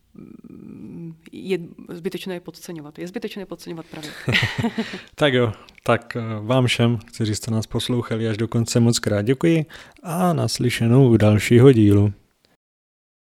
je zbytečné podceňovat. Je zbytečné podceňovat pravěk. Tak jo, tak vám všem, kteří jste nás poslouchali až do konce, moc krát děkuji a naslyšenou u dalšího dílu.